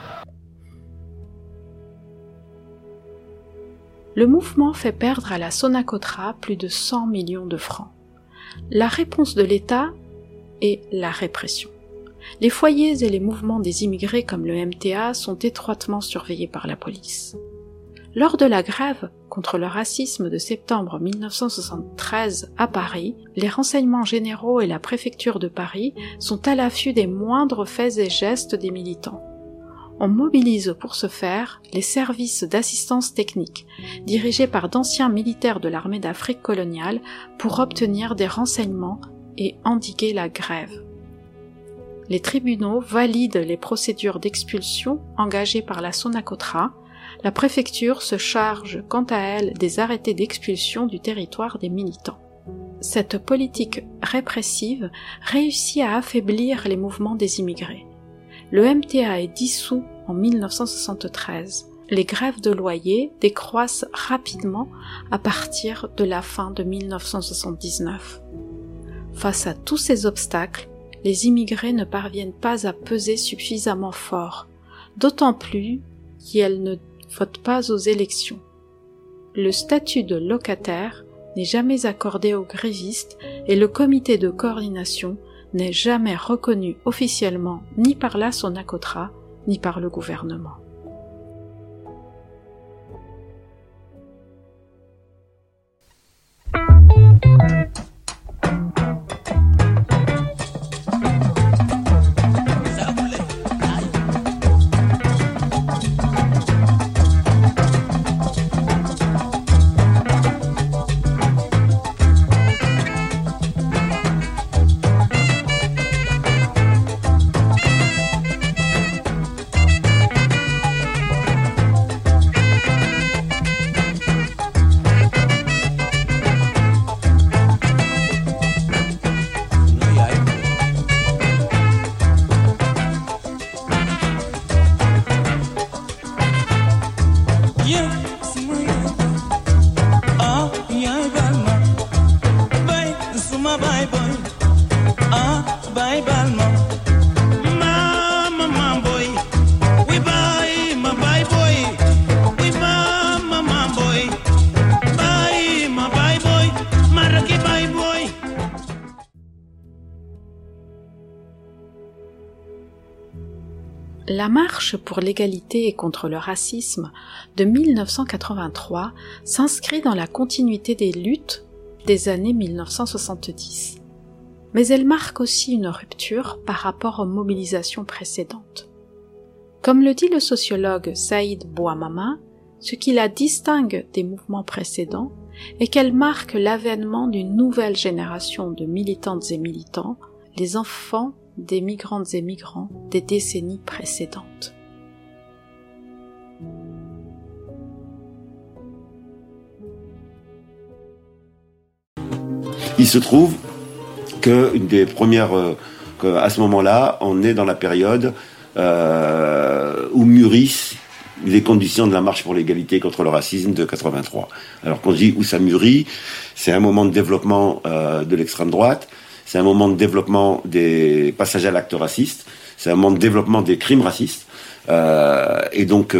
Le mouvement fait perdre à la Sonacotra plus de cent millions de francs. La réponse de l'État est la répression. Les foyers et les mouvements des immigrés comme le M T A sont étroitement surveillés par la police. Lors de la grève contre le racisme de septembre mille neuf cent soixante-treize à Paris, les renseignements généraux et la préfecture de Paris sont à l'affût des moindres faits et gestes des militants. On mobilise pour ce faire les services d'assistance technique, dirigés par d'anciens militaires de l'armée d'Afrique coloniale, pour obtenir des renseignements et endiguer la grève. Les tribunaux valident les procédures d'expulsion engagées par la Sonacotra. La préfecture se charge quant à elle des arrêtés d'expulsion du territoire des militants. Cette politique répressive réussit à affaiblir les mouvements des immigrés. Le M T A est dissous en mille neuf cent soixante-treize. Les grèves de loyer décroissent rapidement à partir de la fin de mille neuf cent soixante-dix-neuf. Face à tous ces obstacles, les immigrés ne parviennent pas à peser suffisamment fort, d'autant plus qu'ils ne votent pas aux élections. Le statut de locataire n'est jamais accordé aux grévistes et le comité de coordination n'est jamais reconnu officiellement ni par la Sonacotra ni par le gouvernement. Ah, La marche pour l'égalité et contre le racisme de mille neuf cent quatre-vingt-trois s'inscrit dans la continuité des luttes des années mille neuf cent soixante-dix. Mais elle marque aussi une rupture par rapport aux mobilisations précédentes. Comme le dit le sociologue Saïd Bouamama, ce qui la distingue des mouvements précédents est qu'elle marque l'avènement d'une nouvelle génération de militantes et militants, les enfants des migrantes et migrants des décennies précédentes. Il se trouve qu'une des premières, euh, qu'à ce moment-là, on est dans la période euh, où mûrissent les conditions de la marche pour l'égalité contre le racisme de quatre-vingt-trois. Alors qu'on dit où ça mûrit, c'est un moment de développement euh, de l'extrême droite, c'est un moment de développement des passages à l'acte raciste, c'est un moment de développement des crimes racistes. Euh, et donc,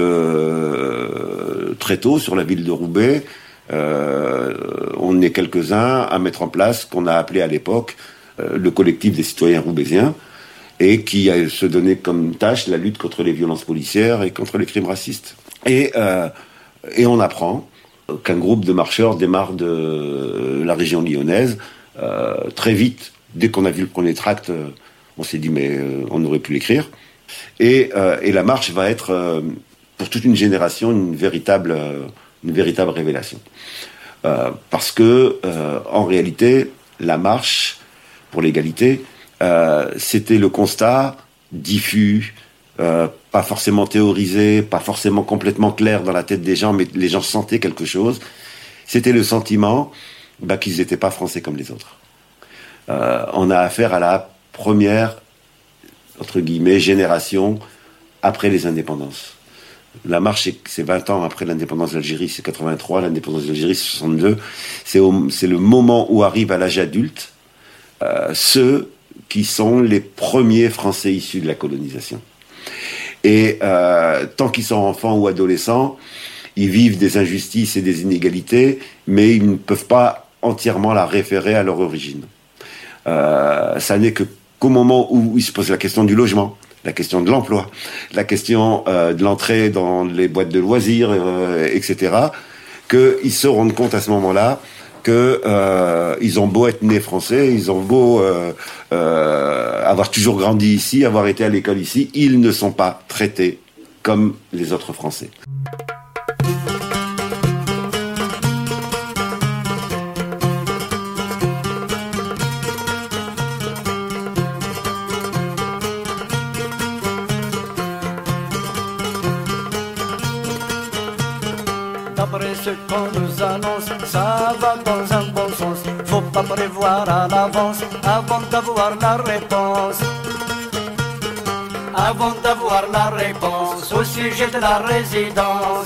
euh, très tôt, sur la ville de Roubaix, euh, on est quelques-uns à mettre en place ce qu'on a appelé à l'époque euh, le collectif des citoyens roubaisiens, et qui a se donné comme tâche la lutte contre les violences policières et contre les crimes racistes. Et, euh, et on apprend qu'un groupe de marcheurs démarre de la région lyonnaise. Euh, très vite, dès qu'on a vu le premier tract, euh, on s'est dit mais euh, on aurait pu l'écrire. Et, euh, et la marche va être, euh, pour toute une génération, une véritable, euh, une véritable révélation. Euh, parce que, euh, en réalité, la marche pour l'égalité, Euh, c'était le constat diffus, euh, pas forcément théorisé, pas forcément complètement clair dans la tête des gens, mais les gens sentaient quelque chose. C'était le sentiment bah, qu'ils n'étaient pas français comme les autres. Euh, on a affaire à la première, entre guillemets, génération après les indépendances. La marche, c'est vingt ans après l'indépendance d'Algérie, c'est quatre-vingt-trois, l'indépendance d'Algérie, c'est soixante-deux. C'est, au, c'est le moment où arrivent à l'âge adulte euh, ceux qui sont les premiers Français issus de la colonisation. Et euh, tant qu'ils sont enfants ou adolescents, ils vivent des injustices et des inégalités, mais ils ne peuvent pas entièrement la référer à leur origine. Euh, ça n'est que qu'au moment où ils se posent la question du logement, la question de l'emploi, la question euh, de l'entrée dans les boîtes de loisirs, euh, et cetera, qu'ils se rendent compte à ce moment-là que euh, ils ont beau être nés français, ils ont beau euh, euh, avoir toujours grandi ici, avoir été à l'école ici, ils ne sont pas traités comme les autres Français. D'après ce qu'on nous annonce, ça va dans un bon sens. Faut pas prévoir à l'avance avant d'avoir la réponse. Avant d'avoir la réponse au sujet de la résidence.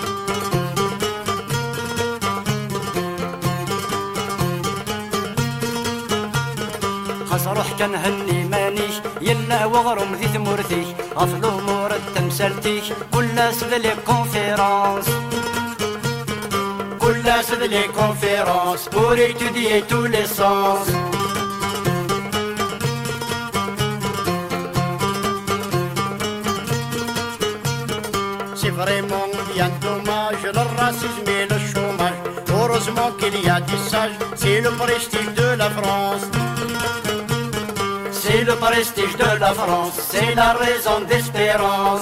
خاص روح كنهني مانيش يلا وغرم ذي ثمورتي غفلو مورد تمثالتي كل سد لي كونفيرونس كل سد لي كونفيرونس pour étudier tous les sens. C'est vraiment bien dommage le racisme et le chômage. Heureusement qu'il y a des sages, c'est le prestige de la France. C'est le prestige de la France, c'est la raison d'espérance.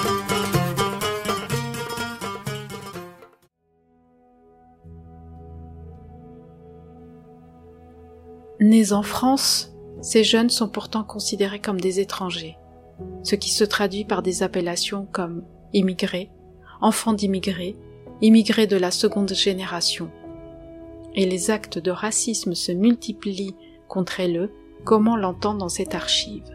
Nés en France, ces jeunes sont pourtant considérés comme des étrangers, ce qui se traduit par des appellations comme immigrés, enfants d'immigrés, immigrés de la seconde génération. Et les actes de racisme se multiplient contre eux, comme on l'entend dans cette archive.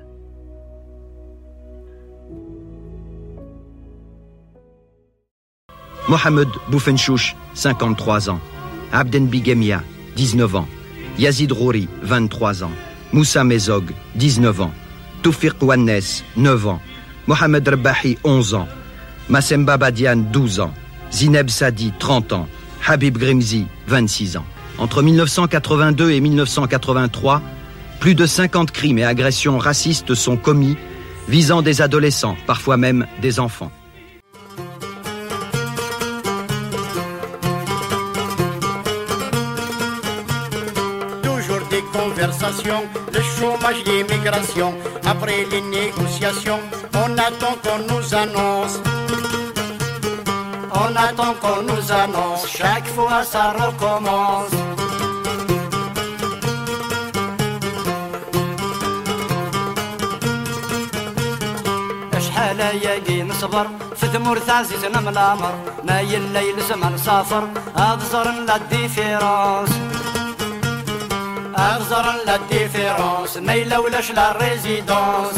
Mohamed Boufenchouch, cinquante-trois ans. Abden Bigemia, dix-neuf ans. Yazid Rouri, vingt-trois ans. Moussa Mezog, dix-neuf ans. Toufiq Wannes, neuf ans. Mohamed Rebahi, onze ans. Massemba Badian, douze ans. Zineb Sadi, trente ans. Habib Grimzi, vingt-six ans. Entre mille neuf cent quatre-vingt-deux et mille neuf cent quatre-vingt-trois, plus de cinquante crimes et agressions racistes sont commis visant des adolescents, parfois même des enfants. Toujours des conversations, le chômage, l'immigration. Après les négociations, on attend qu'on nous annonce. On attend qu'on nous annonce, chaque fois ça recommence. شحال ياقي نصبر في ثمور تعزيزنا من العمر ما يليل زمان سافر أبزر لا ديفيرونس أبزر لا ديفيرونس ما يلولاش لا ريزيدونس.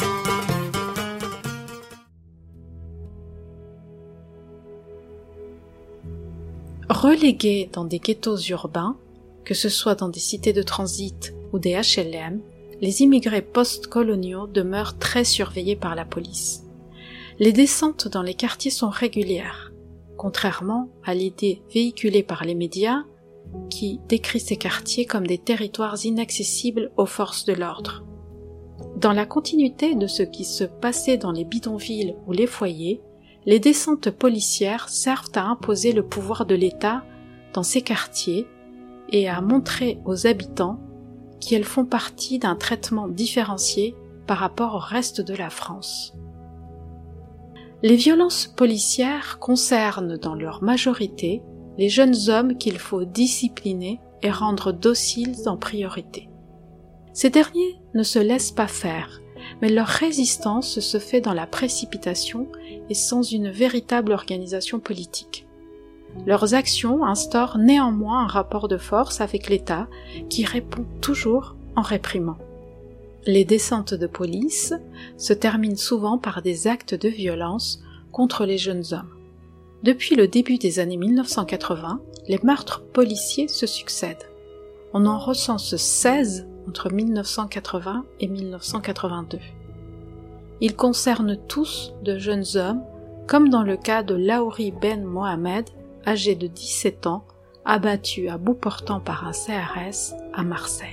Relégués dans des ghettos urbains, que ce soit dans des cités de transit ou des H L M, les immigrés post-coloniaux demeurent très surveillés par la police. Les descentes dans les quartiers sont régulières, contrairement à l'idée véhiculée par les médias qui décrit ces quartiers comme des territoires inaccessibles aux forces de l'ordre. Dans la continuité de ce qui se passait dans les bidonvilles ou les foyers, les descentes policières servent à imposer le pouvoir de l'État dans ces quartiers et à montrer aux habitants qu'elles font partie d'un traitement différencié par rapport au reste de la France. Les violences policières concernent dans leur majorité les jeunes hommes qu'il faut discipliner et rendre dociles en priorité. Ces derniers ne se laissent pas faire, mais leur résistance se fait dans la précipitation et sans une véritable organisation politique. Leurs actions instaurent néanmoins un rapport de force avec l'État qui répond toujours en réprimant. Les descentes de police se terminent souvent par des actes de violence contre les jeunes hommes. Depuis le début des années mille neuf cent quatre-vingts, les meurtres policiers se succèdent. On en recense seize entre mille neuf cent quatre-vingts et mille neuf cent quatre-vingt-deux. Ils concernent tous de jeunes hommes, comme dans le cas de Laouri Ben Mohamed, âgé de dix-sept ans, abattu à bout portant par un C R S à Marseille.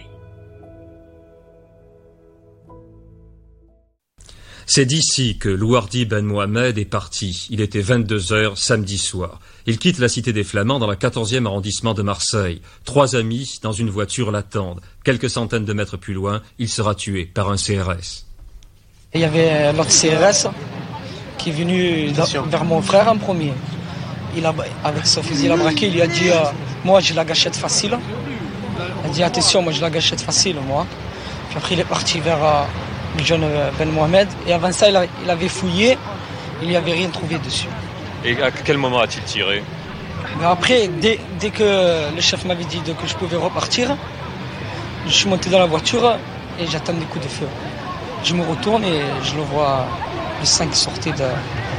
C'est d'ici que Louardi Ben Mohamed est parti. Il était vingt-deux heures samedi soir. Il quitte la cité des Flamands dans le quatorzième arrondissement de Marseille. Trois amis dans une voiture l'attendent. Quelques centaines de mètres plus loin, il sera tué par un C R S. Il y avait l'autre C R S qui est venu vers mon frère en premier. Il a, avec son fusil, il a braqué, il lui a dit euh, moi j'ai la gâchette facile. Il a dit attention, moi j'ai la gâchette facile, moi. Puis après il est parti vers euh, le jeune Ben Mohamed. Et avant ça, il, a, il avait fouillé, il n'y avait rien trouvé dessus. Et à quel moment a-t-il tiré? Mais après, dès, dès que le chef m'avait dit que je pouvais repartir, je suis monté dans la voiture et j'attends des coups de feu. Je me retourne et je le vois, le sang qui sortait de...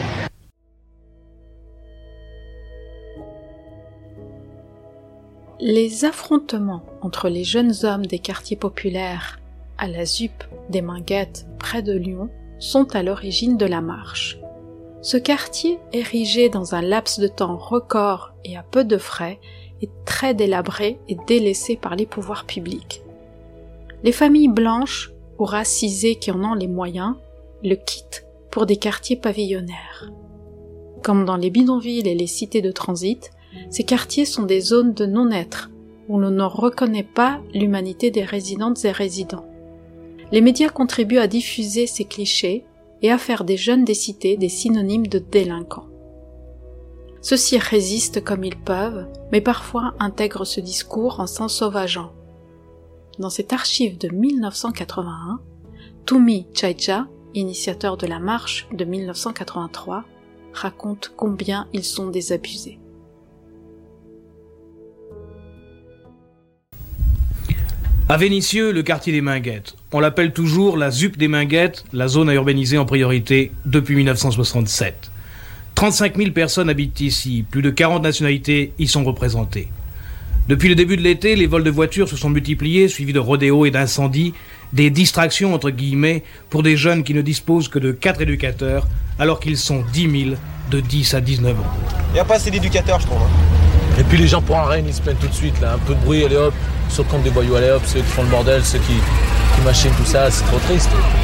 Les affrontements entre les jeunes hommes des quartiers populaires à la Z U P des Minguettes près de Lyon sont à l'origine de la marche. Ce quartier, érigé dans un laps de temps record et à peu de frais, est très délabré et délaissé par les pouvoirs publics. Les familles blanches ou racisées qui en ont les moyens le quittent pour des quartiers pavillonnaires. Comme dans les bidonvilles et les cités de transit, ces quartiers sont des zones de non-être où l'on ne reconnaît pas l'humanité des résidentes et résidents. Les médias contribuent à diffuser ces clichés et à faire des jeunes des cités des synonymes de délinquants. Ceux-ci résistent comme ils peuvent, mais parfois intègrent ce discours en s'ensauvageant. Dans cette archive de mille neuf cent quatre-vingt-un, Toumi Tchaïdja, initiateur de la marche de mille neuf cent quatre-vingt-trois, raconte combien ils sont désabusés. À Vénissieux, le quartier des Minguettes. On l'appelle toujours la Z U P des Minguettes, la zone à urbaniser en priorité depuis mille neuf cent soixante-sept. trente-cinq mille personnes habitent ici, plus de quarante nationalités y sont représentées. Depuis le début de l'été, les vols de voitures se sont multipliés, suivis de rodéos et d'incendies, des distractions entre guillemets pour des jeunes qui ne disposent que de quatre éducateurs, alors qu'ils sont dix mille de dix à dix-neuf ans. Il n'y a pas assez d'éducateurs, je trouve. Et puis les gens pour un rien, ils se plaignent tout de suite, là, un peu de bruit, allez hop, sur le compte des voyous, allez hop, ceux qui font le bordel, ceux qui, qui machinent tout ça, c'est trop triste.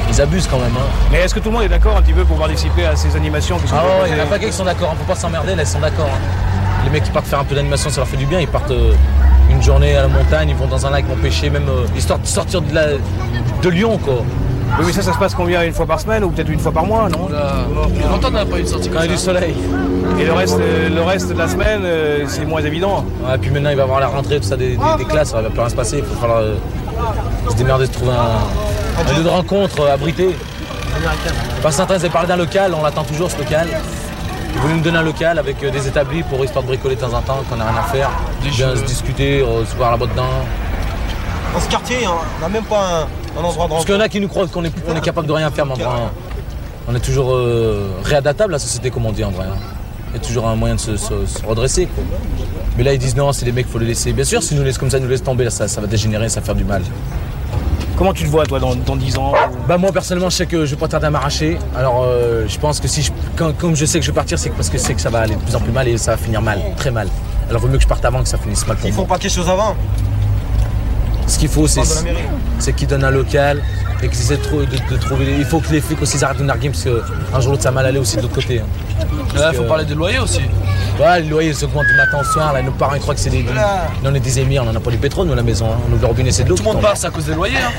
ils abusent quand même. Hein. Mais est-ce que tout le monde est d'accord un petit peu pour participer à ces animations qui sont Ah ouais, il y en a pas qui sont d'accord, on peut pas s'emmerder, là ils sont d'accord. Hein. Les mecs qui partent faire un peu d'animation, ça leur fait du bien, ils partent euh, une journée à la montagne, ils vont dans un lac, ils vont pêcher, même euh, histoire de sortir de, la, de Lyon quoi. Oui, mais ça, ça se passe combien? Une fois par semaine ou peut-être une fois par mois, non? Il y a longtemps qu'on n'a pas eu de sortie. Quand il y a du soleil. Et le reste, le reste de la semaine, euh, c'est moins évident. Ouais, puis maintenant il va y avoir la rentrée, tout ça, des, des, des classes, ça va plus rien se passer, il va falloir euh, se démerder de trouver un, un lieu de rencontre euh, abrité. Parce que certains avaient parlé d'un local, on l'attend toujours ce local. Ils voulaient nous donner un local avec euh, des établis pour histoire de bricoler de temps en temps, qu'on n'a rien à faire. Bien se discuter, euh, se voir là-bas dedans. Dans ce quartier, on n'a même pas un, un endroit de rencontre. Parce qu'il y en a qui nous croient qu'on est, on est capable de rien faire, mais en vrai, on est toujours euh, réadaptable la société, comme on dit en vrai. Hein. Il y a toujours un moyen de se, se, se redresser. Quoi. Mais là, ils disent non, c'est les mecs, il faut les laisser. Bien sûr, si nous laissent comme ça, ils nous laissent tomber, ça, ça va dégénérer, ça va faire du mal. Comment tu te vois, toi, dans, dans dix ans? Bah moi, personnellement, je sais que je vais pas tarder à m'arracher. Alors, euh, je pense que si je, quand, comme je sais que je vais partir, c'est parce que je sais que ça va aller de plus en plus mal et ça va finir mal, très mal. Alors, il vaut mieux que je parte avant que ça finisse mal pour moi. Il faut moi. pas quelque chose avant. Ce qu'il faut, c'est, c'est qu'ils donnent un local et qu'ils essaient de, de, de trouver... Il faut que les flics aussi arrêtent de narguer parce qu'un jour l'autre ça va mal aller aussi de l'autre côté. Hein. Là, il faut que... parler des loyers aussi. Ouais, les loyers augmentent du matin au soir. Là, nos parents ils croient que c'est des... Là, on est des émirs, on n'en a pas du pétrole nous à la maison. Hein. On ouvre le robinet, c'est de l'eau. Tout le monde part, c'est à cause des loyers. Hein.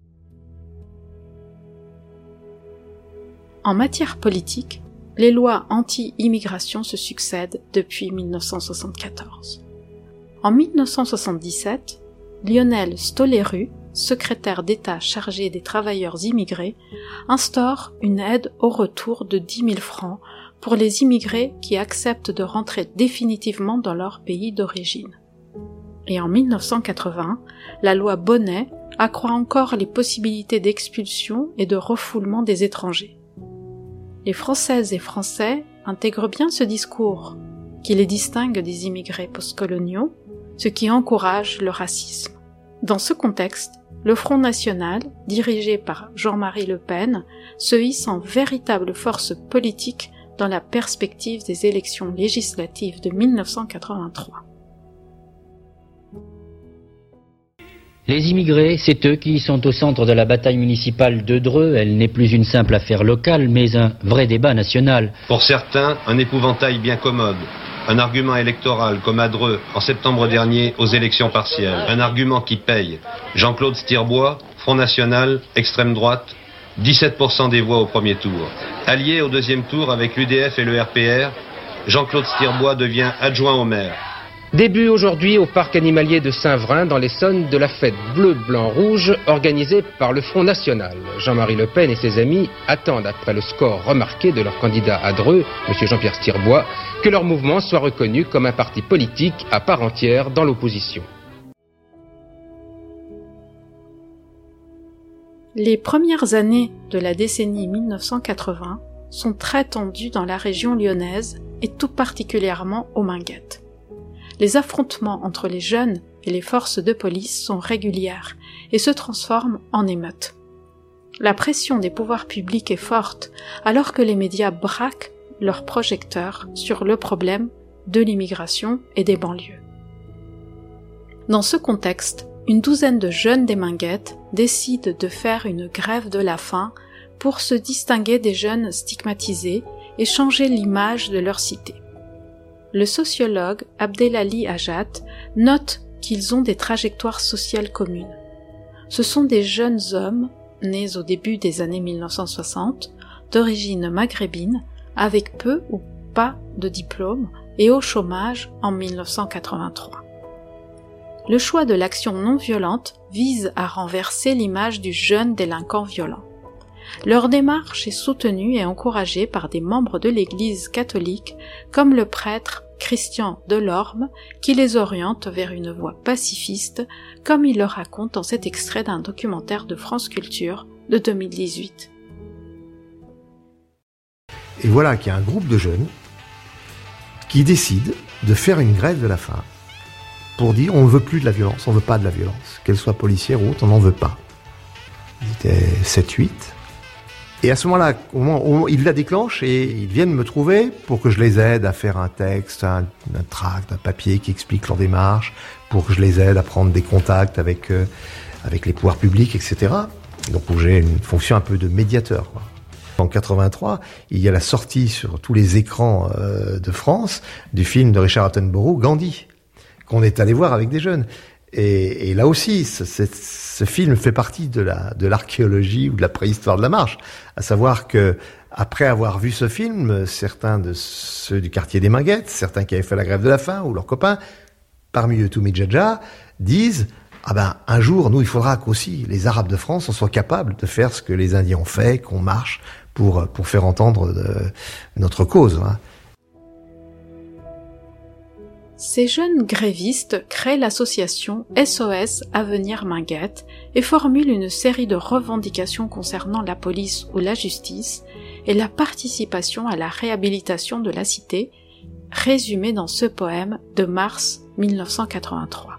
En matière politique, les lois anti-immigration se succèdent depuis mille neuf cent soixante-quatorze. En mille neuf cent soixante-dix-sept, Lionel Stoléru, secrétaire d'État chargé des travailleurs immigrés, instaure une aide au retour de dix mille francs pour les immigrés qui acceptent de rentrer définitivement dans leur pays d'origine. Et en mille neuf cent quatre-vingts, la loi Bonnet accroît encore les possibilités d'expulsion et de refoulement des étrangers. Les Françaises et Français intègrent bien ce discours, qui les distingue des immigrés postcoloniaux, ce qui encourage le racisme. Dans ce contexte, le Front National, dirigé par Jean-Marie Le Pen, se hisse en véritable force politique dans la perspective des élections législatives de mille neuf cent quatre-vingt-trois. Les immigrés, c'est eux qui sont au centre de la bataille municipale de Dreux. Elle n'est plus une simple affaire locale, mais un vrai débat national. Pour certains, un épouvantail bien commode. Un argument électoral, comme à Dreux, en septembre dernier, aux élections partielles. Un argument qui paye. Jean-Claude Stirbois, Front National, extrême droite, dix-sept pour cent des voix au premier tour. Allié au deuxième tour avec l'U D F et le R P R, Jean-Claude Stirbois devient adjoint au maire. Début aujourd'hui au parc animalier de Saint-Vrain, dans l'Essonne, de la fête bleu-blanc-rouge organisée par le Front National. Jean-Marie Le Pen et ses amis attendent, après le score remarqué de leur candidat à Dreux, M. Jean-Pierre Stirbois, que leur mouvement soit reconnu comme un parti politique à part entière dans l'opposition. Les premières années de la décennie mille neuf cent quatre-vingts sont très tendues dans la région lyonnaise et tout particulièrement aux Minguettes. Les affrontements entre les jeunes et les forces de police sont régulières et se transforment en émeutes. La pression des pouvoirs publics est forte alors que les médias braquent leurs projecteurs sur le problème de l'immigration et des banlieues. Dans ce contexte, une douzaine de jeunes des Minguettes décident de faire une grève de la faim pour se distinguer des jeunes stigmatisés et changer l'image de leur cité. Le sociologue Abdelali Ajat note qu'ils ont des trajectoires sociales communes. Ce sont des jeunes hommes, nés au début des années mille neuf cent soixante, d'origine maghrébine, avec peu ou pas de diplôme et au chômage en mille neuf cent quatre-vingt-trois. Le choix de l'action non violente vise à renverser l'image du jeune délinquant violent. Leur démarche est soutenue et encouragée par des membres de l'Église catholique comme le prêtre Christian Delorme qui les oriente vers une voie pacifiste comme il le raconte dans cet extrait d'un documentaire de France Culture de deux mille dix-huit. Et voilà qu'il y a un groupe de jeunes qui décident de faire une grève de la faim pour dire on ne veut plus de la violence, on ne veut pas de la violence, qu'elle soit policière ou autre, on n'en veut pas. Ils étaient sept huit. Et à ce moment-là, au moment où ils la déclenchent et ils viennent me trouver pour que je les aide à faire un texte, un, un tract, un papier qui explique leur démarche, pour que je les aide à prendre des contacts avec, euh, avec les pouvoirs publics, et cetera. donc où j'ai une fonction un peu de médiateur, quoi. En quatre-vingt-trois, il y a la sortie sur tous les écrans euh, de France du film de Richard Attenborough, Gandhi, qu'on est allé voir avec des jeunes. Et, et là aussi, ce, ce, ce film fait partie de la de l'archéologie ou de la préhistoire de la marche, à savoir que après avoir vu ce film, certains de ceux du quartier des Minguettes, certains qui avaient fait la grève de la faim ou leurs copains, parmi eux Toumi Djadja, disent ah ben un jour nous il faudra qu'aussi les Arabes de France on soit capables de faire ce que les Indiens ont fait, qu'on marche pour pour faire entendre de, notre cause. Hein. Ces jeunes grévistes créent l'association S O S Avenir Minguettes et formulent une série de revendications concernant la police ou la justice et la participation à la réhabilitation de la cité, résumée dans ce poème de mars mille neuf cent quatre-vingt-trois.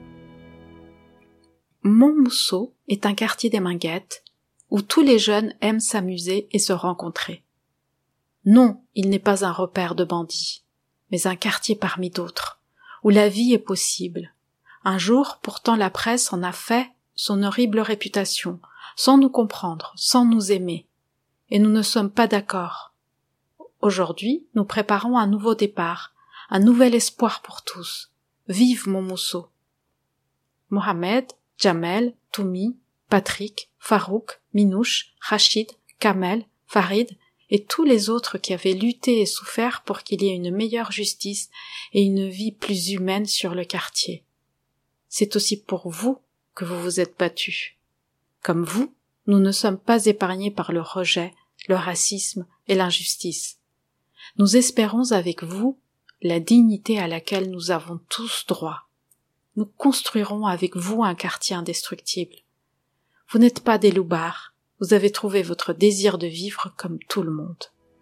Montmousseau est un quartier des Minguettes où tous les jeunes aiment s'amuser et se rencontrer. Non, il n'est pas un repère de bandits, mais un quartier parmi d'autres, où la vie est possible. Un jour, pourtant, la presse en a fait son horrible réputation, sans nous comprendre, sans nous aimer. Et nous ne sommes pas d'accord. Aujourd'hui, nous préparons un nouveau départ, un nouvel espoir pour tous. Vive Montmousseau! Mohamed, Jamel, Toumi, Patrick, Farouk, Minouche, Rachid, Kamel, Farid et tous les autres qui avaient lutté et souffert pour qu'il y ait une meilleure justice et une vie plus humaine sur le quartier. C'est aussi pour vous que vous vous êtes battus. Comme vous, nous ne sommes pas épargnés par le rejet, le racisme et l'injustice. Nous espérons avec vous la dignité à laquelle nous avons tous droit. Nous construirons avec vous un quartier indestructible. Vous n'êtes pas des loupards, vous avez trouvé votre désir de vivre comme tout le monde.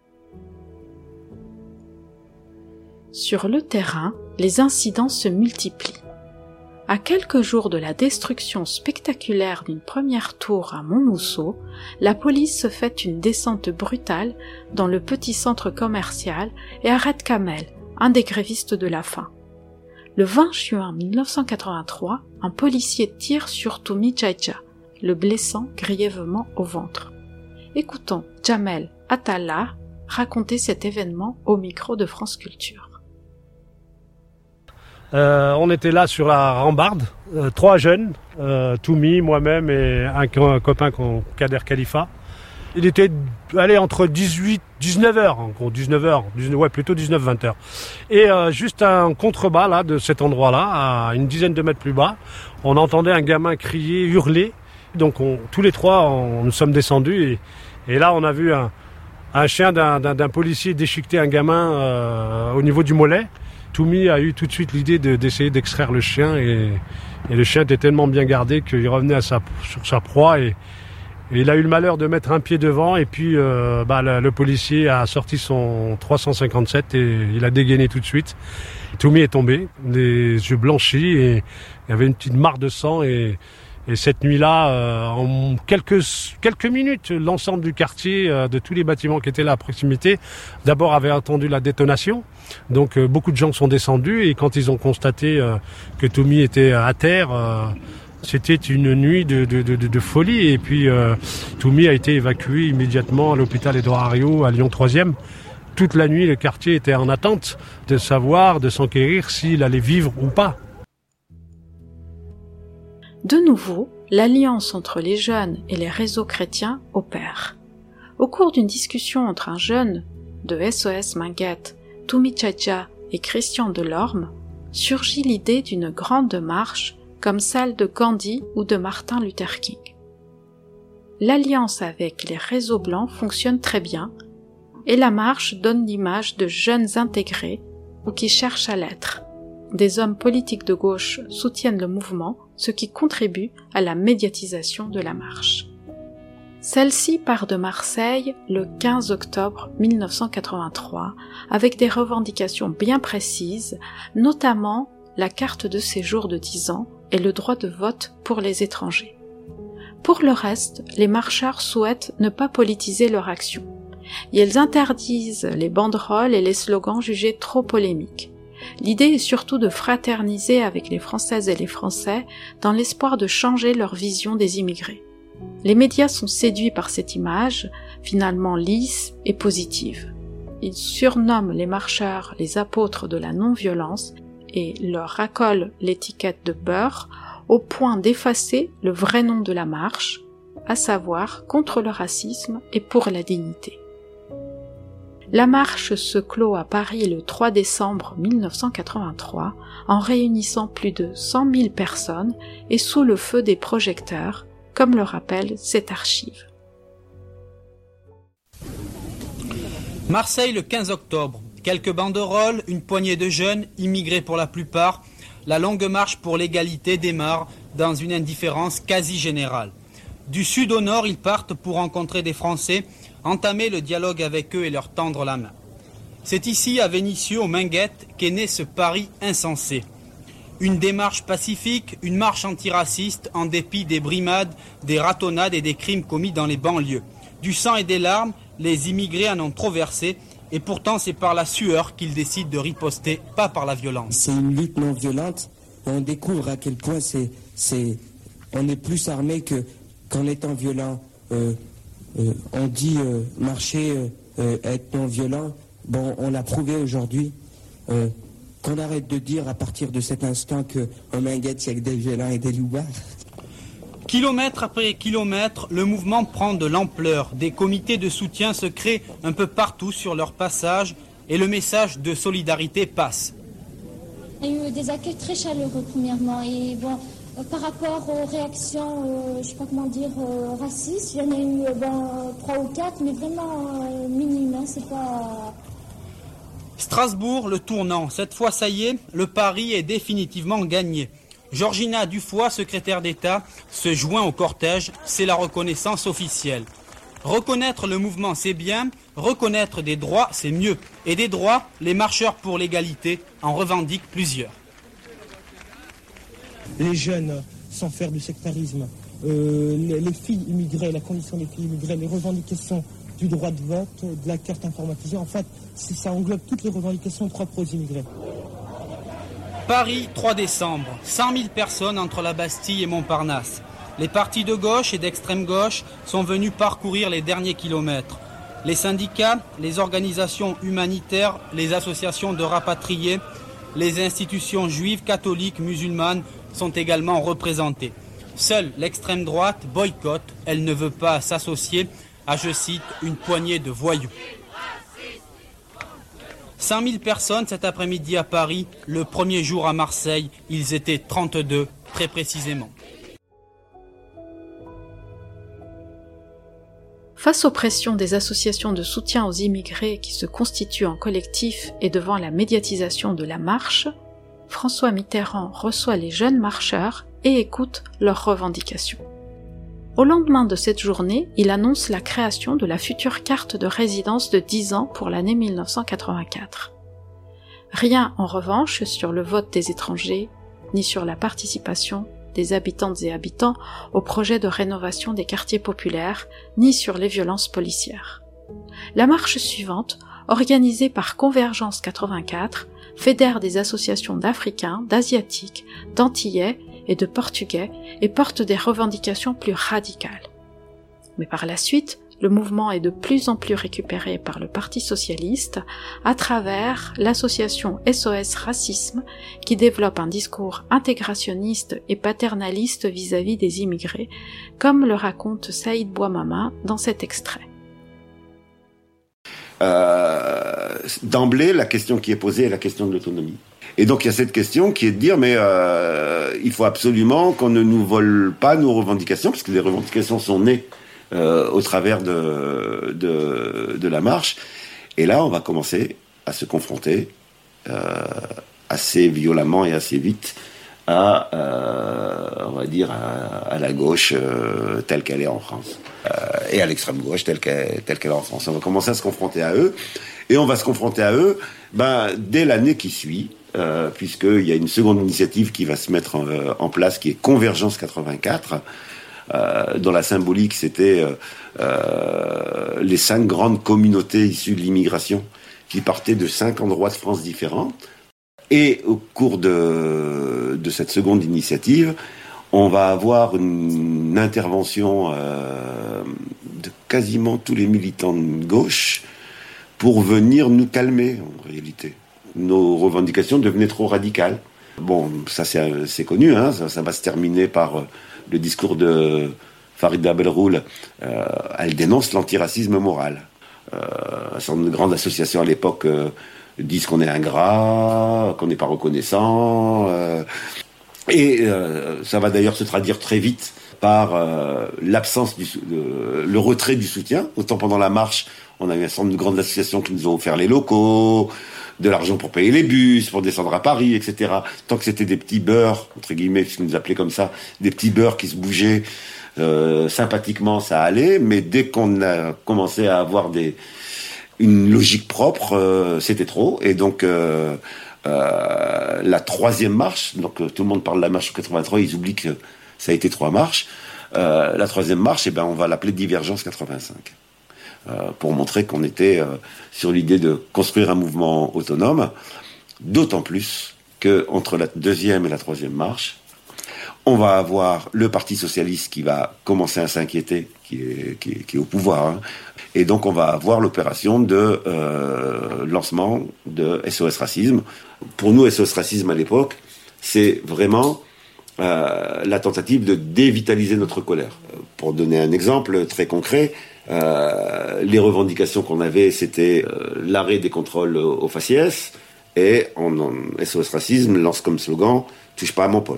Sur le terrain, les incidents se multiplient. À quelques jours de la destruction spectaculaire d'une première tour à Montmousseau, la police se fait une descente brutale dans le petit centre commercial et arrête Kamel, un des grévistes de la faim. Le vingt juin mille neuf cent quatre-vingt-trois, un policier tire sur Toumi Djadja, le blessant grièvement au ventre. Écoutons Jamel Attallah raconter cet événement au micro de France Culture. Euh, on était là sur la rambarde, euh, trois jeunes, euh, Toumi, moi-même et un, un copain, Kader Khalifa. Il était allé entre dix-huit, dix-neuf heures, dix-neuf heures, ouais, plutôt dix-neuf, vingt heures. Et euh, juste un contrebas là, de cet endroit-là, à une dizaine de mètres plus bas, on entendait un gamin crier, hurler. Donc on, tous les trois, on, nous sommes descendus et, et là on a vu un, un chien d'un, d'un, d'un policier déchiqueter un gamin euh, au niveau du mollet. Toumi a eu tout de suite l'idée de, d'essayer d'extraire le chien et, et le chien était tellement bien gardé qu'il revenait à sa, sur sa proie et, et il a eu le malheur de mettre un pied devant et puis euh, bah, le, le policier a sorti son trois cent cinquante-sept et il a dégainé tout de suite. Toumi est tombé, les yeux blanchis et il y avait une petite mare de sang et Et cette nuit-là, euh, en quelques, quelques minutes, l'ensemble du quartier, euh, de tous les bâtiments qui étaient là à proximité, d'abord avait entendu la détonation. Donc euh, beaucoup de gens sont descendus et quand ils ont constaté euh, que Toumi était à terre, euh, c'était une nuit de, de, de, de folie. Et puis euh, Toumi a été évacué immédiatement à l'hôpital Édouard Herriot à Lyon troisième. Toute la nuit, le quartier était en attente de savoir, de s'enquérir s'il allait vivre ou pas. De nouveau, l'alliance entre les jeunes et les réseaux chrétiens opère. Au cours d'une discussion entre un jeune de S O S Minguettes, Toumi Djadja et Christian Delorme, surgit l'idée d'une grande marche comme celle de Gandhi ou de Martin Luther King. L'alliance avec les réseaux blancs fonctionne très bien et la marche donne l'image de jeunes intégrés ou qui cherchent à l'être. Des hommes politiques de gauche soutiennent le mouvement, ce qui contribue à la médiatisation de la marche. Celle-ci part de Marseille le quinze octobre mille neuf cent quatre-vingt-trois avec des revendications bien précises, notamment la carte de séjour de dix ans et le droit de vote pour les étrangers. Pour le reste, les marcheurs souhaitent ne pas politiser leur action. Ils interdisent les banderoles et les slogans jugés trop polémiques. L'idée est surtout de fraterniser avec les Françaises et les Français dans l'espoir de changer leur vision des immigrés. Les médias sont séduits par cette image, finalement lisse et positive. Ils surnomment les marcheurs les apôtres de la non-violence et leur racole l'étiquette de beurre au point d'effacer le vrai nom de la marche, à savoir contre le racisme et pour la dignité. La marche se clôt à Paris le trois décembre mille neuf cent quatre-vingt-trois en réunissant plus de cent mille personnes et sous le feu des projecteurs, comme le rappelle cette archive. Marseille le quinze octobre. Quelques banderoles, une poignée de jeunes, immigrés pour la plupart. La longue marche pour l'égalité démarre dans une indifférence quasi générale. Du sud au nord, ils partent pour rencontrer des Français, entamer le dialogue avec eux et leur tendre la main. C'est ici, à Vénissieux, aux Minguettes, qu'est né ce pari insensé. Une démarche pacifique, une marche antiraciste, en dépit des brimades, des ratonnades et des crimes commis dans les banlieues. Du sang et des larmes, les immigrés en ont trop versé, et pourtant c'est par la sueur qu'ils décident de riposter, pas par la violence. C'est une lutte non violente, et on découvre à quel point c'est, c'est, on est plus armé que, qu'en étant violent. Euh, euh, on dit euh, marcher, euh, euh, être non violent. Bon, on l'a prouvé aujourd'hui. Euh, qu'on arrête de dire à partir de cet instant qu'au Minguettes, il y a que des violents et des loupards. Kilomètre après kilomètre, le mouvement prend de l'ampleur. Des comités de soutien se créent un peu partout sur leur passage et le message de solidarité passe. Il y a eu des accueils très chaleureux premièrement et bon, euh, par rapport aux réactions, euh, je ne sais pas comment dire, euh, racistes, il y en a eu euh, bon, trois ou quatre, mais vraiment euh, minimes, hein, c'est pas... Strasbourg, le tournant. Cette fois, ça y est, le pari est définitivement gagné. Georgina Dufoy, secrétaire d'État, se joint au cortège, c'est la reconnaissance officielle. Reconnaître le mouvement, c'est bien, reconnaître des droits, c'est mieux. Et des droits, les marcheurs pour l'égalité en revendiquent plusieurs. Les jeunes, sans faire du sectarisme, euh, les, les filles immigrées, la condition des filles immigrées, les revendications du droit de vote, de la carte informatisée, en fait, ça englobe toutes les revendications propres aux immigrés. Paris, trois décembre. cent mille personnes entre la Bastille et Montparnasse. Les partis de gauche et d'extrême gauche sont venus parcourir les derniers kilomètres. Les syndicats, les organisations humanitaires, les associations de rapatriés, les institutions juives, catholiques, musulmanes sont également représentées. Seule l'extrême droite boycotte, elle ne veut pas s'associer à, je cite, une poignée de voyous. cent mille personnes cet après-midi à Paris, le premier jour à Marseille, ils étaient trente-deux, très précisément. Face aux pressions des associations de soutien aux immigrés qui se constituent en collectif et devant la médiatisation de la marche, François Mitterrand reçoit les jeunes marcheurs et écoute leurs revendications. Au lendemain de cette journée, il annonce la création de la future carte de résidence de dix ans pour l'année mille neuf cent quatre-vingt-quatre. Rien, en revanche, sur le vote des étrangers, ni sur la participation des habitantes et habitants au projet de rénovation des quartiers populaires, ni sur les violences policières. La marche suivante, organisée par Convergence quatre-vingt-quatre, fédère des associations d'Africains, d'Asiatiques, d'Antillais et de Portugais et porte des revendications plus radicales. Mais par la suite, le mouvement est de plus en plus récupéré par le Parti socialiste à travers l'association S O S Racisme qui développe un discours intégrationniste et paternaliste vis-à-vis des immigrés, comme le raconte Saïd Bouamama dans cet extrait. Euh, d'emblée, la question qui est posée est la question de l'autonomie. Et donc il y a cette question qui est de dire mais euh, il faut absolument qu'on ne nous vole pas nos revendications, parce que les revendications sont nées euh, au travers de, de, de la marche. Et là, on va commencer à se confronter euh, assez violemment et assez vite à, euh, on va dire, à, à la gauche euh, telle qu'elle est en France. Euh, et à l'extrême gauche telle qu'elle, telle qu'elle est en France. On va commencer à se confronter à eux. Et on va se confronter à eux ben, dès l'année qui suit. Euh, puisqu'il y a une seconde initiative qui va se mettre en, euh, en place, qui est Convergence quatre-vingt-quatre, euh, dont la symbolique, c'était euh, euh, les cinq grandes communautés issues de l'immigration qui partaient de cinq endroits de France différents. Et au cours de, de cette seconde initiative, on va avoir une intervention euh, de quasiment tous les militants de gauche pour venir nous calmer, en réalité. Nos revendications devenaient trop radicales. Bon, ça c'est, c'est connu, hein, ça, ça va se terminer par euh, le discours de Farida Belroul. Euh, elle dénonce l'antiracisme moral. Euh, un certain nombre de grandes associations à l'époque euh, disent qu'on est ingrat, qu'on n'est pas reconnaissant. Euh, et euh, ça va d'ailleurs se traduire très vite par euh, l'absence, du, de, le retrait du soutien. Autant pendant la marche, on a eu un certain nombre de grandes associations qui nous ont offert les locaux, de l'argent pour payer les bus, pour descendre à Paris, et cetera. Tant que c'était des petits beurres, entre guillemets, puisqu'ils nous appelaient comme ça, des petits beurres qui se bougeaient euh, sympathiquement, ça allait. Mais dès qu'on a commencé à avoir des, une logique propre, euh, c'était trop. Et donc, euh, euh, la troisième marche, donc euh, tout le monde parle de la marche en quatre-vingt-trois, ils oublient que ça a été trois marches. Euh, la troisième marche, eh ben, on va l'appeler Divergence quatre-vingt-cinq. Euh, pour montrer qu'on était euh, sur l'idée de construire un mouvement autonome, d'autant plus qu'entre la deuxième et la troisième marche, on va avoir le Parti socialiste qui va commencer à s'inquiéter, qui est, qui est, qui est au pouvoir, hein, et donc on va avoir l'opération de euh, lancement de S O S Racisme. Pour nous, S O S Racisme à l'époque, c'est vraiment euh, la tentative de dévitaliser notre colère. Pour donner un exemple très concret, Euh, les revendications qu'on avait, c'était euh, l'arrêt des contrôles au, au faciès, et on, on, S O S Racisme lance comme slogan « Touche pas à mon pote ».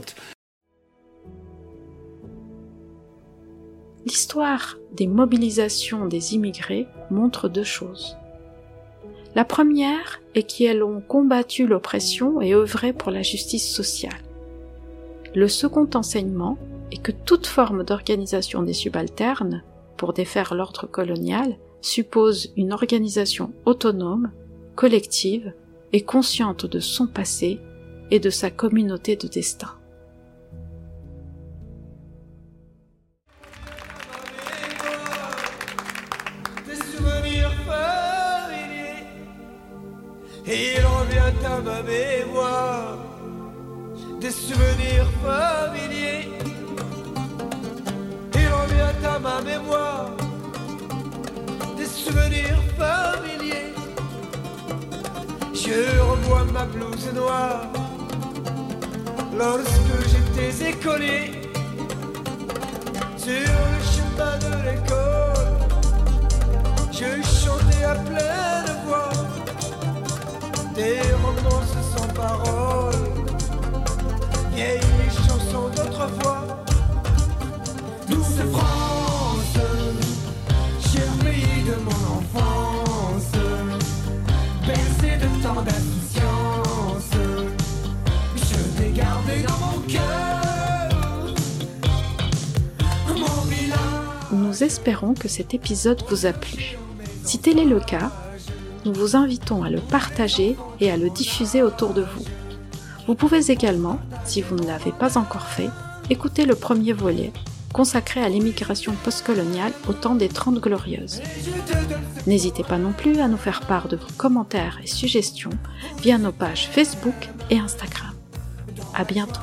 L'histoire des mobilisations des immigrés montre deux choses. La première est qu'ils ont combattu l'oppression et œuvré pour la justice sociale. Le second enseignement est que toute forme d'organisation des subalternes pour défaire l'ordre colonial, suppose une organisation autonome, collective et consciente de son passé et de sa communauté de destin. Des souvenirs familiers, et il revient à ma mémoire. Des souvenirs familiers, il revient à ma mémoire. Des souvenirs familiers, je revois ma blouse noire. Lorsque j'étais écolier, sur le chemin de l'école, je chantais à pleine voix des romances sans paroles, vieilles chansons d'autrefois. Douce France, cher pays de mon enfance, bercé de tant d'insouciance, je t'ai gardé dans mon cœur, mon village. Nous espérons que cet épisode vous a plu. Si tel est le cas, nous vous invitons à le partager et à le diffuser autour de vous. Vous pouvez également, si vous ne l'avez pas encore fait, écouter le premier volet, consacré à l'immigration postcoloniale au temps des Trente Glorieuses. N'hésitez pas non plus à nous faire part de vos commentaires et suggestions via nos pages Facebook et Instagram. À bientôt.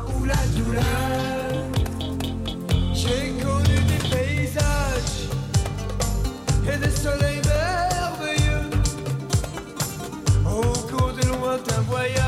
J'ai connu des paysages et des soleils merveilleux au cours de lointains voyages.